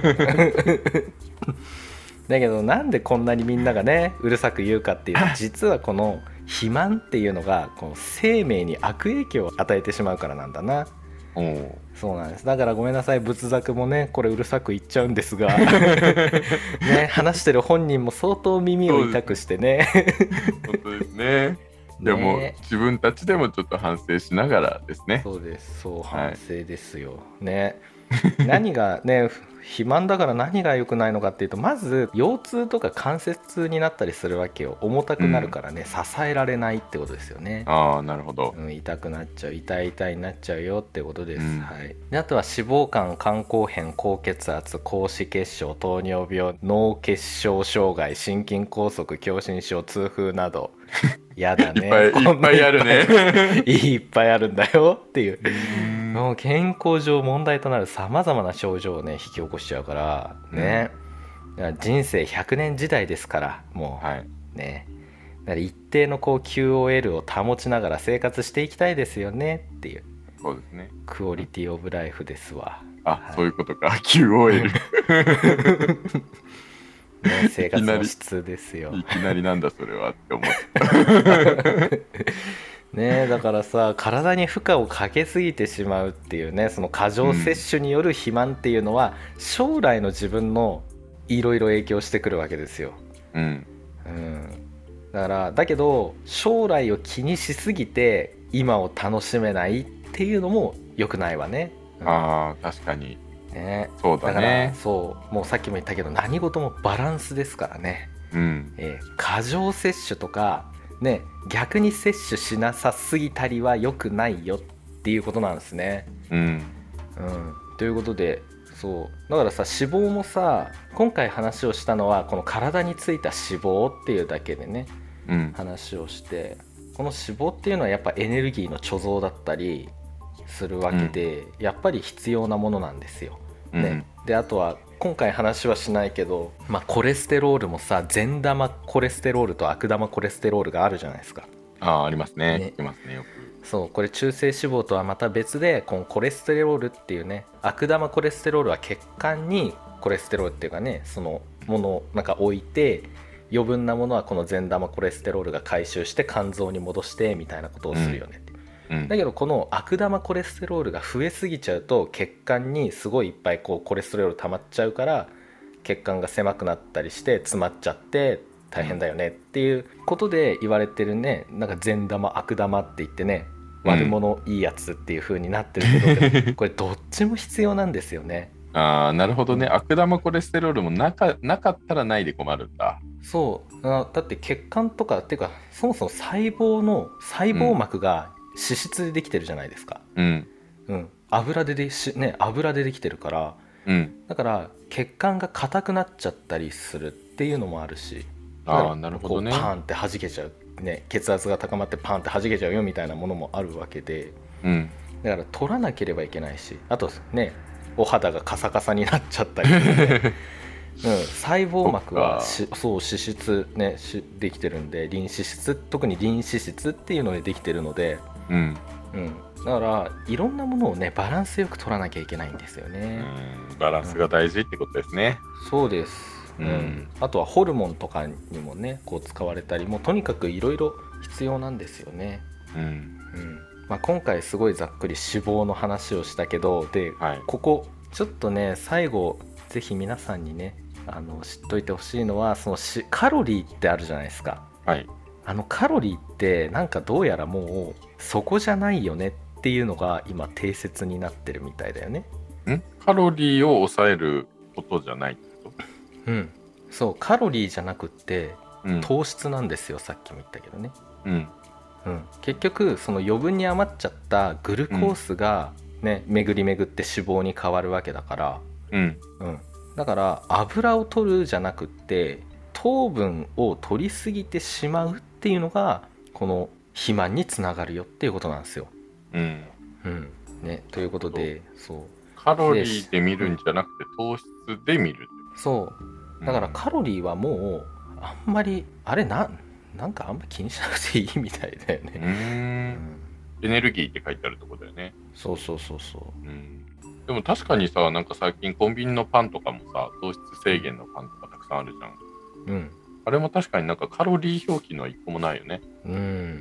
だけどなんでこんなにみんながねうるさく言うかっていうと、実はこの肥満っていうのがこの生命に悪影響を与えてしまうからなんだな。そうなんです。だからごめんなさい、仏作もねこれうるさく言っちゃうんですがね、話してる本人も相当耳を痛くしてね本当ですね。でも、ね、自分たちでもちょっと反省しながらですね。 そうです、そう反省ですよ、はい、ね何がね肥満だから何が良くないのかっていうと、まず腰痛とか関節痛になったりするわけよ。重たくなるからね、うん、支えられないってことですよね。 ああなるほど、 うん、痛くなっちゃう、痛い痛いになっちゃうよってことです、うん、はい、であとは脂肪肝、肝硬変、高血圧、高脂血症、糖尿病、脳結晶障害、心筋梗塞、狭心症、痛風などやだねいっぱいいっぱいあるねいっぱいあるんだよっていう、もう健康上問題となるさまざまな症状をね引き起こしちゃうからね、うん、だから人生ひゃくねん時代ですからもう、はい、ね、だから一定のこう キューオーエル を保ちながら生活していきたいですよねっていう。 そうですね、 クオリティオブライフですわ。 あ、はい、そういうことか キューオーエルね、生活の質ですよ。 いきなりなんだそれはって思ったね、だからさ体に負荷をかけすぎてしまうっていうね、その過剰摂取による肥満っていうのは、うん、将来の自分のいろいろ影響してくるわけですよ、うんうん、だからだけど将来を気にしすぎて今を楽しめないっていうのも良くないわね、 うん、あー確かにね、 そうだね。だからそうもうさっきも言ったけど何事もバランスですからね、うんえー、過剰摂取とかね、逆に摂取しなさすぎたりは良くないよっていうことなんですね、うんうん、ということでそうだからさ脂肪もさ今回話をしたのはこの体についた脂肪っていうだけでね、うん、話をしてこの脂肪っていうのはやっぱエネルギーの貯蔵だったりするわけで、うん、やっぱり必要なものなんですよ、ね、うん、であとは今回話はしないけど、まあ、コレステロールもさ、善玉コレステロールと悪玉コレステロールがあるじゃないですか。 ああ、ありますね。 ね聞きますね、よく。 そう、これ中性脂肪とはまた別で、このコレステロールっていうね、悪玉コレステロールは血管にコレステロールっていうかね、そのものをなんか置いて、余分なものはこの善玉コレステロールが回収して肝臓に戻してみたいなことをするよね、うんうん、だけどこの悪玉コレステロールが増えすぎちゃうと血管にすごいいっぱいこうコレステロール溜まっちゃうから、血管が狭くなったりして詰まっちゃって大変だよねっていうことで言われてるね。なんか善玉悪玉って言ってね、悪者いいやつっていう風になってるけど、うん、これどっちも必要なんですよね。 ああ、なるほどね。悪玉コレステロールもなか、なかったらないで困るんだ。 そうだって血管とかっていうか、そもそも細胞の細胞膜が脂質でできてるじゃないですか。 うんうん、油ででし、ね、油でできてるから、 うん、 だから血管が硬くなっちゃったりするっていうのもあるし、 ああ、なるほどね。 こうパーンって弾けちゃう、ね、血圧が高まってパーンって弾けちゃうよみたいなものもあるわけで、 うん、 だから取らなければいけないし、あとね、お肌がカサカサになっちゃったりとかねうん、細胞膜はしそう脂質、ね、しできてるんで、リン脂質、特にリン脂質っていうのでできてるので、 うんうん、だからいろんなものをねバランスよく取らなきゃいけないんですよね。 うん、バランスが大事ってことですね。 うん、そうです、うんうん、あとはホルモンとかにもねこう使われたり、もうとにかくいろいろ必要なんですよね。 うんうんまあ、今回すごいざっくり脂肪の話をしたけど、で、はい、ここちょっとね最後ぜひ皆さんにねあの知っといてほしいのは、そのしカロリーってあるじゃないですか。 はい、 あのカロリーってなんかどうやらもうそこじゃないよねっていうのが今定説になってるみたいだよね。 んカロリーを抑えることじゃないってこと？ うんそうカロリーじゃなくって、 うん、 糖質なんですよ。さっきも言ったけどね、 うんうん、結局その余分に余っちゃったグルコースがね、うん、巡り巡って脂肪に変わるわけだから、 うんうん、だから油を取るじゃなくって糖分を取りすぎてしまうっていうのがこの肥満につながるよっていうことなんですよ。 うんうんね、ということで、そうカロリーで見るんじゃなくて糖質で見る。 そうだからカロリーはもうあんまりあれななんかあんまり気にしなくていいみたいだよね。 うーん、うん、エネルギーって書いてあるとこだよね。 そうそうそうそう、 うん、でも確かにさ、なんか最近コンビニのパンとかもさ、糖質制限のパンとかたくさんあるじゃん。 うん、 あれも確かになんかカロリー表記の一個もないよね。 うん、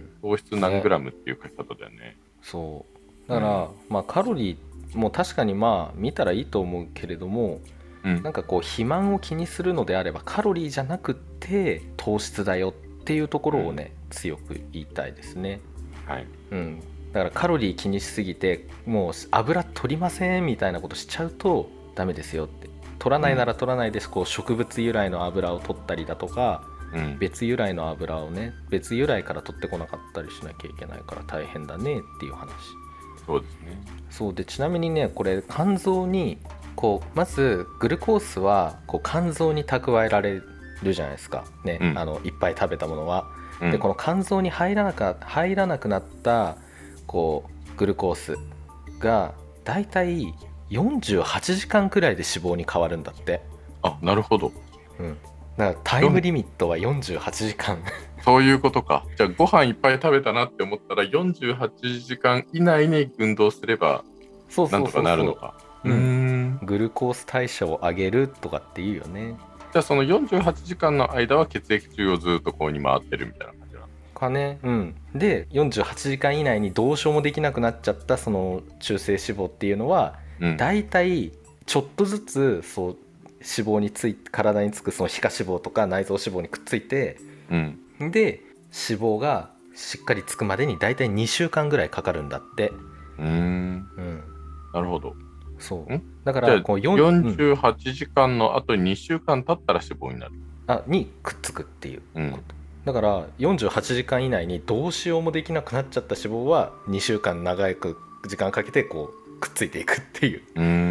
糖質何グラムっていう書き方だよね。ねそうだから、うん、まあカロリーも確かにまあ見たらいいと思うけれども、うん、なんかこう肥満を気にするのであればカロリーじゃなくて糖質だよっていうところをね、うん、強く言いたいですね。 はい、 うん、だからカロリー気にしすぎてもう油取りませんみたいなことしちゃうとダメですよって。取らないなら取らないです、うん、こう植物由来の油を取ったりだとか、うん、別由来の油をね別由来から取ってこなかったりしなきゃいけないから大変だねっていう話。 そうですね。 そうで、ちなみにねこれ肝臓にこうまずグルコースはこう肝臓に蓄えられるじゃないですかね、うん、あのいっぱい食べたものは、うん、でこの肝臓に入らなか入らなくなったこうグルコースがだいたいよんじゅうはちじかんくらいで脂肪に変わるんだって。 あ、なるほど、 うん、だからタイムリミットはよんじゅうはちじかんそういうことか。じゃあご飯いっぱい食べたなって思ったらよんじゅうはちじかん以内に運動すればなんとかなるのか。 うーん、グルコース代謝を上げるとかっていうよね。 じゃあそのよんじゅうはちじかんの間は血液中をずっとこうに回ってるみたいな感じなのかね。うん。でよんじゅうはちじかん以内にどうしようもできなくなっちゃったその中性脂肪っていうのは、うん、だいたいちょっとずつそう脂肪につい体につくその皮下脂肪とか内臓脂肪にくっついて、うん、で脂肪がしっかりつくまでにだいたいにしゅうかんぐらいかかるんだって。 うーん、うん、なるほど。 そうだからこうよんじゅうはちじかんの後ににしゅうかん経ったら脂肪になる、 あにくっつくっていうこと、うん、だからよんじゅうはちじかん以内にどうしようもできなくなっちゃった脂肪はにしゅうかん長く時間かけてこうくっついていくっていう。 うーん、うん、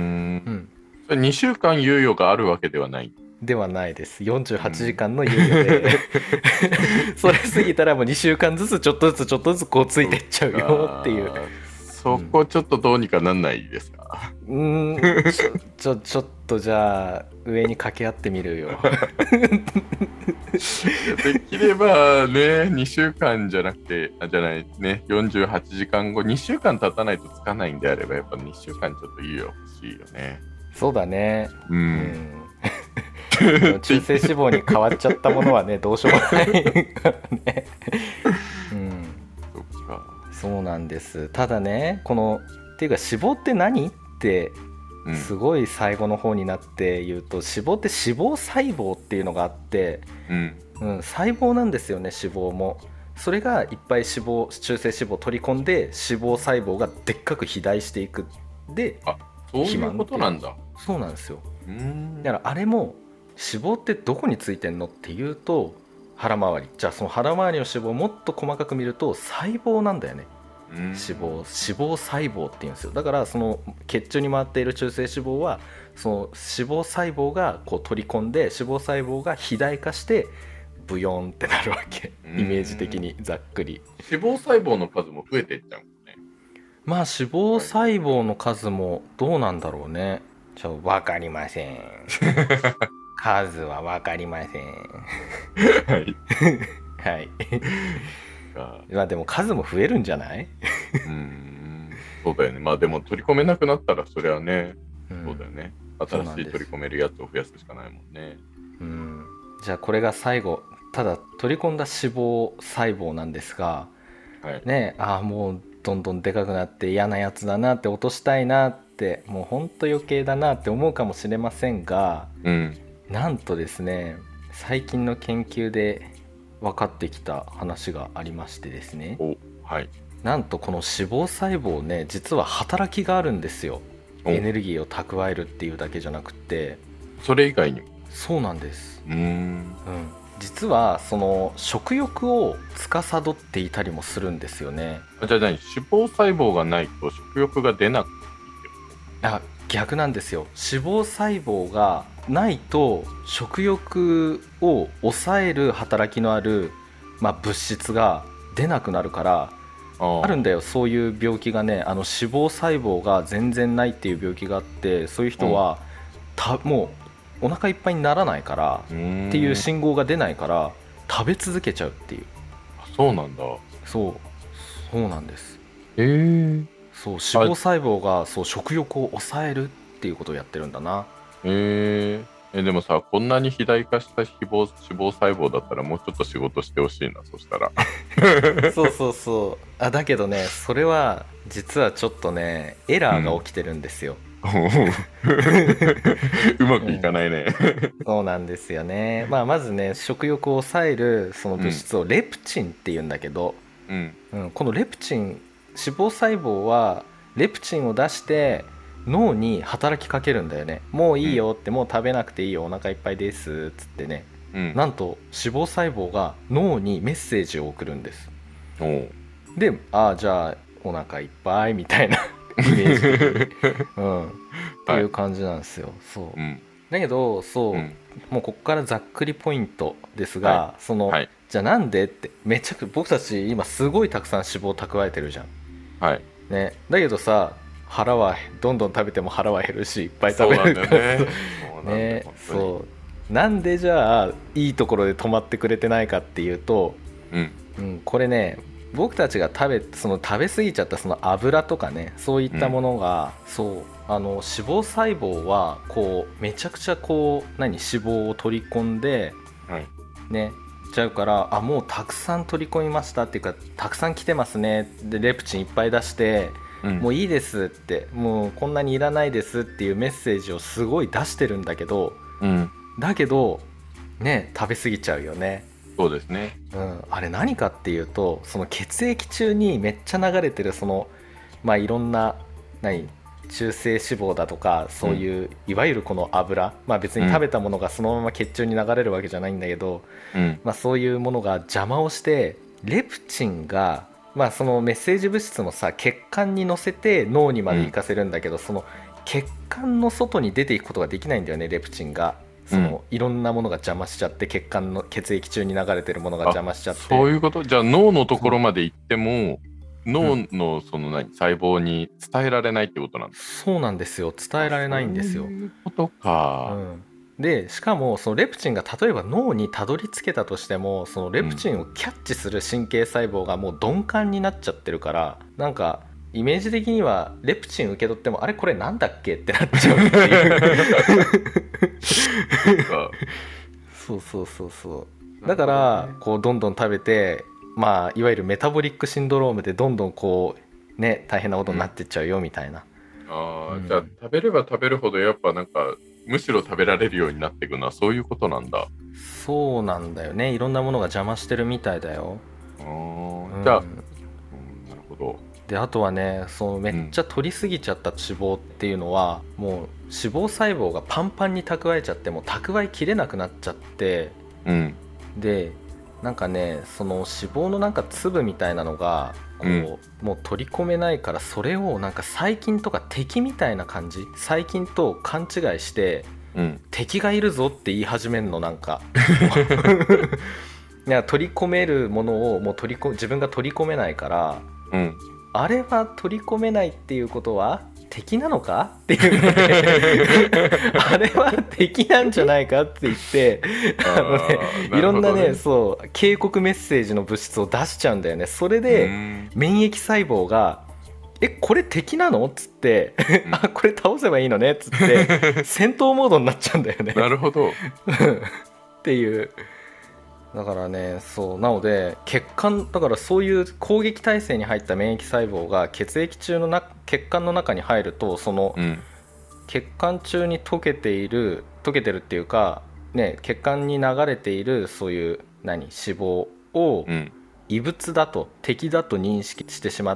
それにしゅうかん猶予があるわけではないではないです。よんじゅうはちじかんの猶予で、うん、それ過ぎたらもうにしゅうかんずつちょっとずつちょっとずつこうついていっちゃうよっていう。 そこちょっとどうにかなんないですか、 うーんちょちょちょっとじゃあ上に掛け合ってみるよできればね、にしゅうかんじゃなくて、あじゃないね、よんじゅうはちじかんご、にしゅうかん経たないとつかないんであれば、やっぱにしゅうかんちょっといいよ、欲しいよね。 そうだね。 うん。 うん中性脂肪に変わっちゃったものはねどうしようもないからね、うん、 そっか。 そうなんです。ただね、このっていうか脂肪って何ってうんすごい最後の方になって言うと、脂肪って脂肪細胞っていうのがあって、 うんうん、細胞なんですよね、脂肪も。それがいっぱい脂肪中性脂肪を取り込んで脂肪細胞がでっかく肥大していく。であ、そういうことなんだ。 そうなんですよ。 うーん。 だからあれも脂肪ってどこについてんのっていうと腹回り。じゃあその腹回りの脂肪をもっと細かく見ると細胞なんだよね。 脂脂肪脂肪細胞っていうんですよ。だからその血中に回っている中性脂肪はその脂肪細胞がこう取り込んで脂肪細胞が肥大化してブヨンってなるわけ。イメージ的にざっくり。 脂肪細胞の数も増えていっちゃうもんね。 まあ脂肪細胞の数もどうなんだろうね。ちょっと分かりません数は分かりませんはいはいまあでも数も増えるんじゃない？ うーんそうだよね。まあでも取り込めなくなったらそれはね、うん、そうだよね。新しい取り込めるやつを増やすしかないもんね。 うん、じゃあこれが最後、ただ取り込んだ脂肪細胞なんですが、はい、ね、ああもうどんどんでかくなって嫌なやつだなって、落としたいなって、もうほんと余計だなって思うかもしれませんが、うん、なんとですね、最近の研究で分かってきた話がありましてですね、お、はい、なんとこの脂肪細胞ね、実は働きがあるんですよ。エネルギーを蓄えるっていうだけじゃなくて、 それ以外にも。 そうなんです。 うーん、うん、 実はその食欲を司っていたりもするんですよね。 じゃあ何、脂肪細胞がないと食欲が出なくていいってこと？ あ、逆なんですよ。脂肪細胞がないと食欲を抑える働きのある、まあ、物質が出なくなるから、 あ, あるんだよ、そういう病気がね。あの脂肪細胞が全然ないっていう病気があって、そういう人は、たもうお腹いっぱいにならないからっていう信号が出ないから食べ続けちゃうっていう。 そうなんだ。 そうそうなんです。 へえ。 そう、脂肪細胞がそう食欲を抑えるっていうことをやってるんだな。 へえ。でもさ、こんなに肥大化した脂肪、脂肪細胞だったらもうちょっと仕事してほしいな、そしたらそうそうそう。あ、だけどね、それは実はちょっとねエラーが起きてるんですよ、 うん、うまくいかないね、 うん、そうなんですよね。まあ、まずね、食欲を抑えるその物質をレプチンっていうんだけど、うんうん、このレプチン、脂肪細胞はレプチンを出して脳に働きかけるんだよね。もういいよって、うん、もう食べなくていいよ、お腹いっぱいですっつってね、うん、なんと脂肪細胞が脳にメッセージを送るんです。おで、ああじゃあお腹いっぱいみたいなイメージ的に、うん、っていう感じなんですよ。そう、うん、だけどそう、うん、もうここからざっくりポイントですが、はい、その、はい、じゃあなんでって、めちゃく僕たち今すごいたくさん脂肪を蓄えてるじゃん、はいね、だけどさ、腹はどんどん食べても腹は減るし、いっぱい食べるから、そうね、そうなんでじゃあいいところで止まってくれてないかっていうと、うんうん、これね、僕たちが食べその食べ過ぎちゃったその油とかね、そういったものが、うん、そうあの脂肪細胞はこうめちゃくちゃこう何脂肪を取り込んで、はい、ねちゃうから、あもうたくさん取り込みましたっていうか、たくさん来てますねでレプチンいっぱい出して、うん、もういいですって、もうこんなにいらないですっていうメッセージをすごい出してるんだけど、うん、だけどね食べ過ぎちゃうよね。 そうですね、 うん、あれ何かっていうと、その血液中にめっちゃ流れてるその、まあ、いろんな何中性脂肪だとか、そういう、うん、いわゆるこの油、まあ、別に食べたものがそのまま血中に流れるわけじゃないんだけど、うんまあ、そういうものが邪魔をしてレプチンが、まあ、そのメッセージ物質のさ血管に乗せて脳にまで行かせるんだけど、うん、その血管の外に出ていくことができないんだよね、レプチンが。そのいろんなものが邪魔しちゃって、血管の血液中に流れてるものが邪魔しちゃって。 そういうこと。じゃあ脳のところまで行っても脳のその何、うん、細胞に伝えられないってことなんだ。 そうなんですよ、伝えられないんですよ。 そういうことか、 うん、でしかもそのレプチンが例えば脳にたどり着けたとしても、そのレプチンをキャッチする神経細胞がもう鈍感になっちゃってるから、なんかイメージ的にはレプチン受け取ってもあれこれなんだっけってなっちゃうっていうそうそうそうそう、だからこうどんどん食べて、まあいわゆるメタボリックシンドロームでどんどんこうね大変なことになってっちゃうよみたいな、 うん、ああ、うん、じゃあ食べれば食べるほどやっぱなんかむしろ食べられるようになっていくのはそういうことなんだ。 そうなんだよね、いろんなものが邪魔してるみたいだよ。 あ、うん、じゃあ、うん、なるほど。 であとはね、そのめっちゃ取りすぎちゃった脂肪っていうのは、うん、もう脂肪細胞がパンパンに蓄えちゃってもう蓄えきれなくなっちゃって、 うん、 でなんかねその脂肪のなんか粒みたいなのがこう、うん、もう取り込めないから、それをなんか細菌とか敵みたいな感じ、細菌と勘違いして、うん、敵がいるぞって言い始めるの、なんかいや取り込めるものをもう取りこ自分が取り込めないから、うん、あれは取り込めないっていうことは敵なのかっていうのであれは敵なんじゃないかって言ってあの、ね、いろんなね、そう警告メッセージの物質を出しちゃうんだよね。それで免疫細胞がえこれ敵なのっつってあこれ倒せばいいのねっつって戦闘モードになっちゃうんだよねなるほどっていう。だからね、そうなので血管だから、そういう攻撃態勢に入った免疫細胞が血液中のな血管の中に入ると、その、うん、血管中に溶けている溶けてるっていうか、ね、血管に流れているそういう何脂肪を異物だと、うん、敵だと認識してしまって、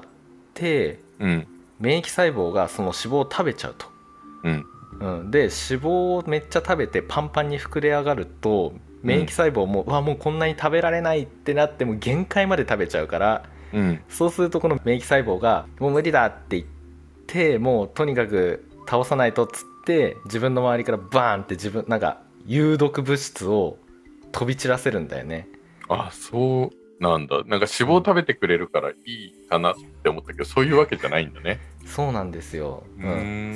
うん、免疫細胞がその脂肪を食べちゃうと、うんうん、で脂肪をめっちゃ食べてパンパンに膨れ上がると免疫細胞も、うん、わもうこんなに食べられないってなっても限界まで食べちゃうから、うん、そうするとこの免疫細胞がもう無理だって言って、もうとにかく倒さないとっつって自分の周りからバーンって自分なんか有毒物質を飛び散らせるんだよね。 あ、そうなんだ。なんか脂肪を食べてくれるからいいかなって思ったけど、そういうわけじゃないんだね。 そうなんですよ、うん、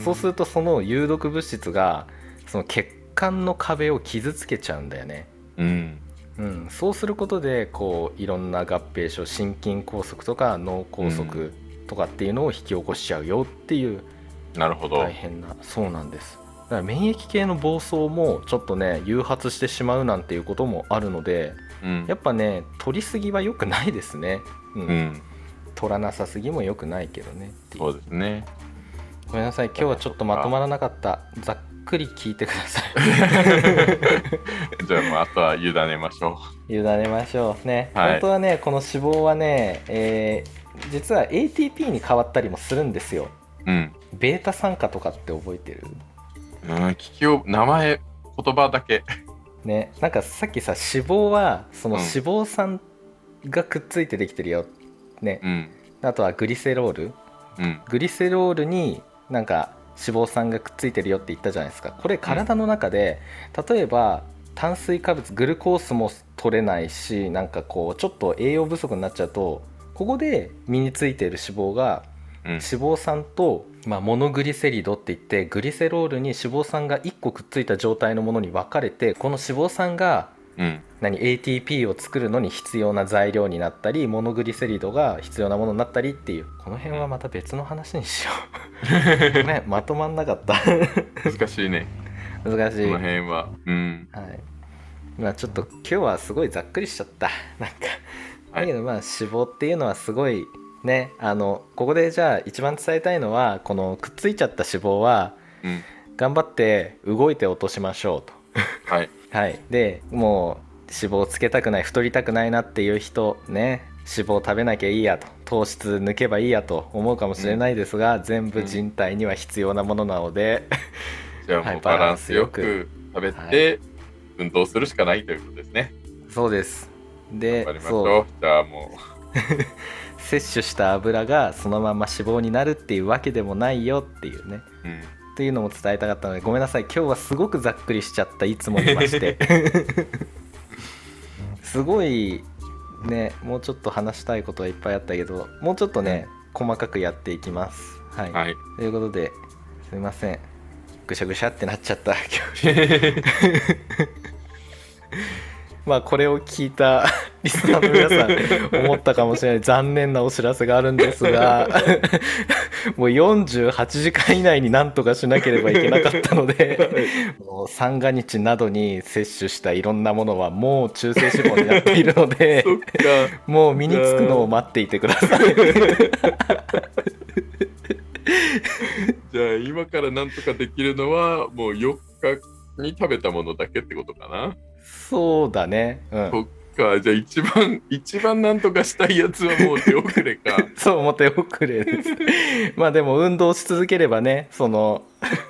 そうするとその有毒物質がその血管の壁を傷つけちゃうんだよね。うんうん、そうすることでこういろんな合併症、心筋梗塞とか脳梗塞とかっていうのを引き起こしちゃうよっていう、 うん、なるほど、 大変な。そうなんです。だから免疫系の暴走もちょっとね誘発してしまうなんていうこともあるので、うん、やっぱね取りすぎは良くないですね、うんうん、取らなさすぎも良くないけどね。 そうですね。 ごめんなさい、今日はちょっとまとまらなかった。ざっくり聞いてくださいじゃあもうあとは委ねましょう委ねましょうね、はい、本当はねこの脂肪はね、えー、実は エーティーピー に変わったりもするんですよ、うん、ベータ酸化とかって覚えてる？ うん、聞きを名前言葉だけね、なんかさっきさ脂肪はその脂肪酸がくっついてできてるよ、ね、うん、あとはグリセロール、うん、グリセロールになんか脂肪酸がくっついてるよって言ったじゃないですか。これ体の中で、うん、例えば炭水化物グルコースも取れないし、なんかこうちょっと栄養不足になっちゃうと、ここで身についている脂肪が、うん、脂肪酸と、まあ、モノグリセリドって言ってグリセロールに脂肪酸がいっこくっついた状態のものに分かれて、この脂肪酸がうん、何 エーティーピー を作るのに必要な材料になったり、モノグリセリドが必要なものになったりっていう、この辺はまた別の話にしようね、まとまんなかった難しいね。 難しい、 この辺は、うん、 はい、まあちょっと今日はすごいざっくりしちゃったなんか、はい、だけどまあ脂肪っていうのはすごいね、あのここでじゃあ一番伝えたいのは、このくっついちゃった脂肪は、うん、頑張って動いて落としましょうとはいはい、でもう脂肪をつけたくない、太りたくないなっていう人ね、脂肪を食べなきゃいいやと、糖質抜けばいいやと思うかもしれないですが、うん、全部人体には必要なものなので、 うん、じゃあもうバランスよく食べて、はい、運動するしかないということですね。 そうです。で頑張りましょう。じゃあもう摂取した油がそのまま脂肪になるっていうわけでもないよっていうね、うん、っていうのも伝えたかったので、ごめんなさい、今日はすごくざっくりしちゃった、いつもにましてすごいね、もうちょっと話したいことはいっぱいあったけど、もうちょっとね、うん、細かくやっていきます。はい、はい、ということですいません、ぐしゃぐしゃってなっちゃったまあこれを聞いたリスナーの皆さん思ったかもしれない残念なお知らせがあるんですがもうよんじゅうはちじかん以内に何とかしなければいけなかったのでもう三が日などに摂取したいろんなものはもう中性脂肪になっているのでもう身につくのを待っていてくださいじゃあ今から何とかできるのはもうよっかに食べたものだけってことかな。 そうだね、うん、 そっか。じゃあ一番一番なんとかしたいやつはもう手遅れかそう、もう手遅れですまあでも運動し続ければね、その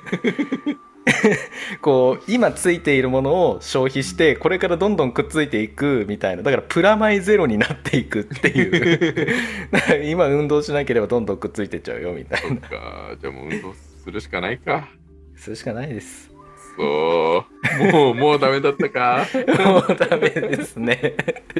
こう今ついているものを消費してこれからどんどんくっついていくみたいな、だからプラマイゼロになっていくっていうだから今運動しなければどんどんくっついていっちゃうよみたいな。 そっか。じゃあもう運動するしかないか。 するしかないです。 そうもうもうダメだったかもうダメですね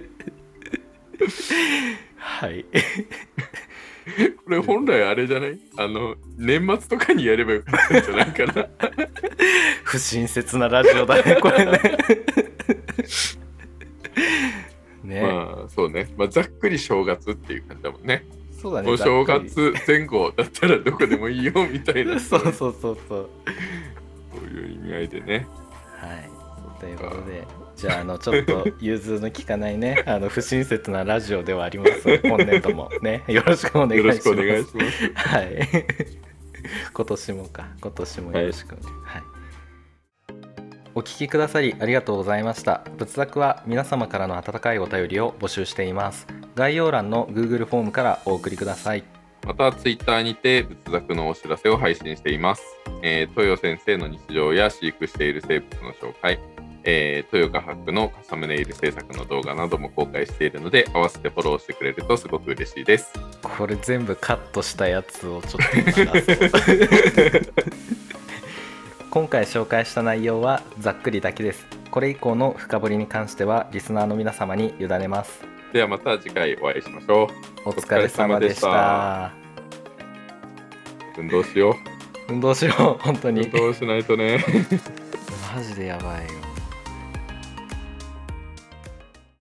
はいこれ本来あれじゃない、あの年末とかにやればよかったんじゃないかな不親切なラジオだねこれねね、まあそうね、まあ、ざっくり正月っていう感じだもんね。 そうだね、 お正月前後だったらどこでもいいよみたいなそうそうそうそう、 そういう意味合いでね。 はい、ということで、じゃあ、あのちょっと融通の利かないね、あの不親切なラジオではあります今年度もね、よろしくお願いします。 よろしくお願いします。 はい。今年もか、今年もよろしく、はい、はい。お聞きくださりありがとうございました。仏作は皆様からの温かいお便りを募集しています。概要欄の Google フォームからお送りください。 また Twitter にて仏作のお知らせを配信しています。えー、豊先生の日常や飼育している生物の紹介、えー、豊画伯のサムネイル制作の動画なども公開しているので、合わせてフォローしてくれるとすごく嬉しいです。 これ全部カットしたやつをちょっと流す今回紹介した内容はざっくりだけです。これ以降の深掘りに関してはリスナーの皆様に委ねます。 ではまた次回お会いしましょう。お疲れ様でした。 運動しよう。 運動しよう、本当に。 運動しないとね。 マジでやばいよ。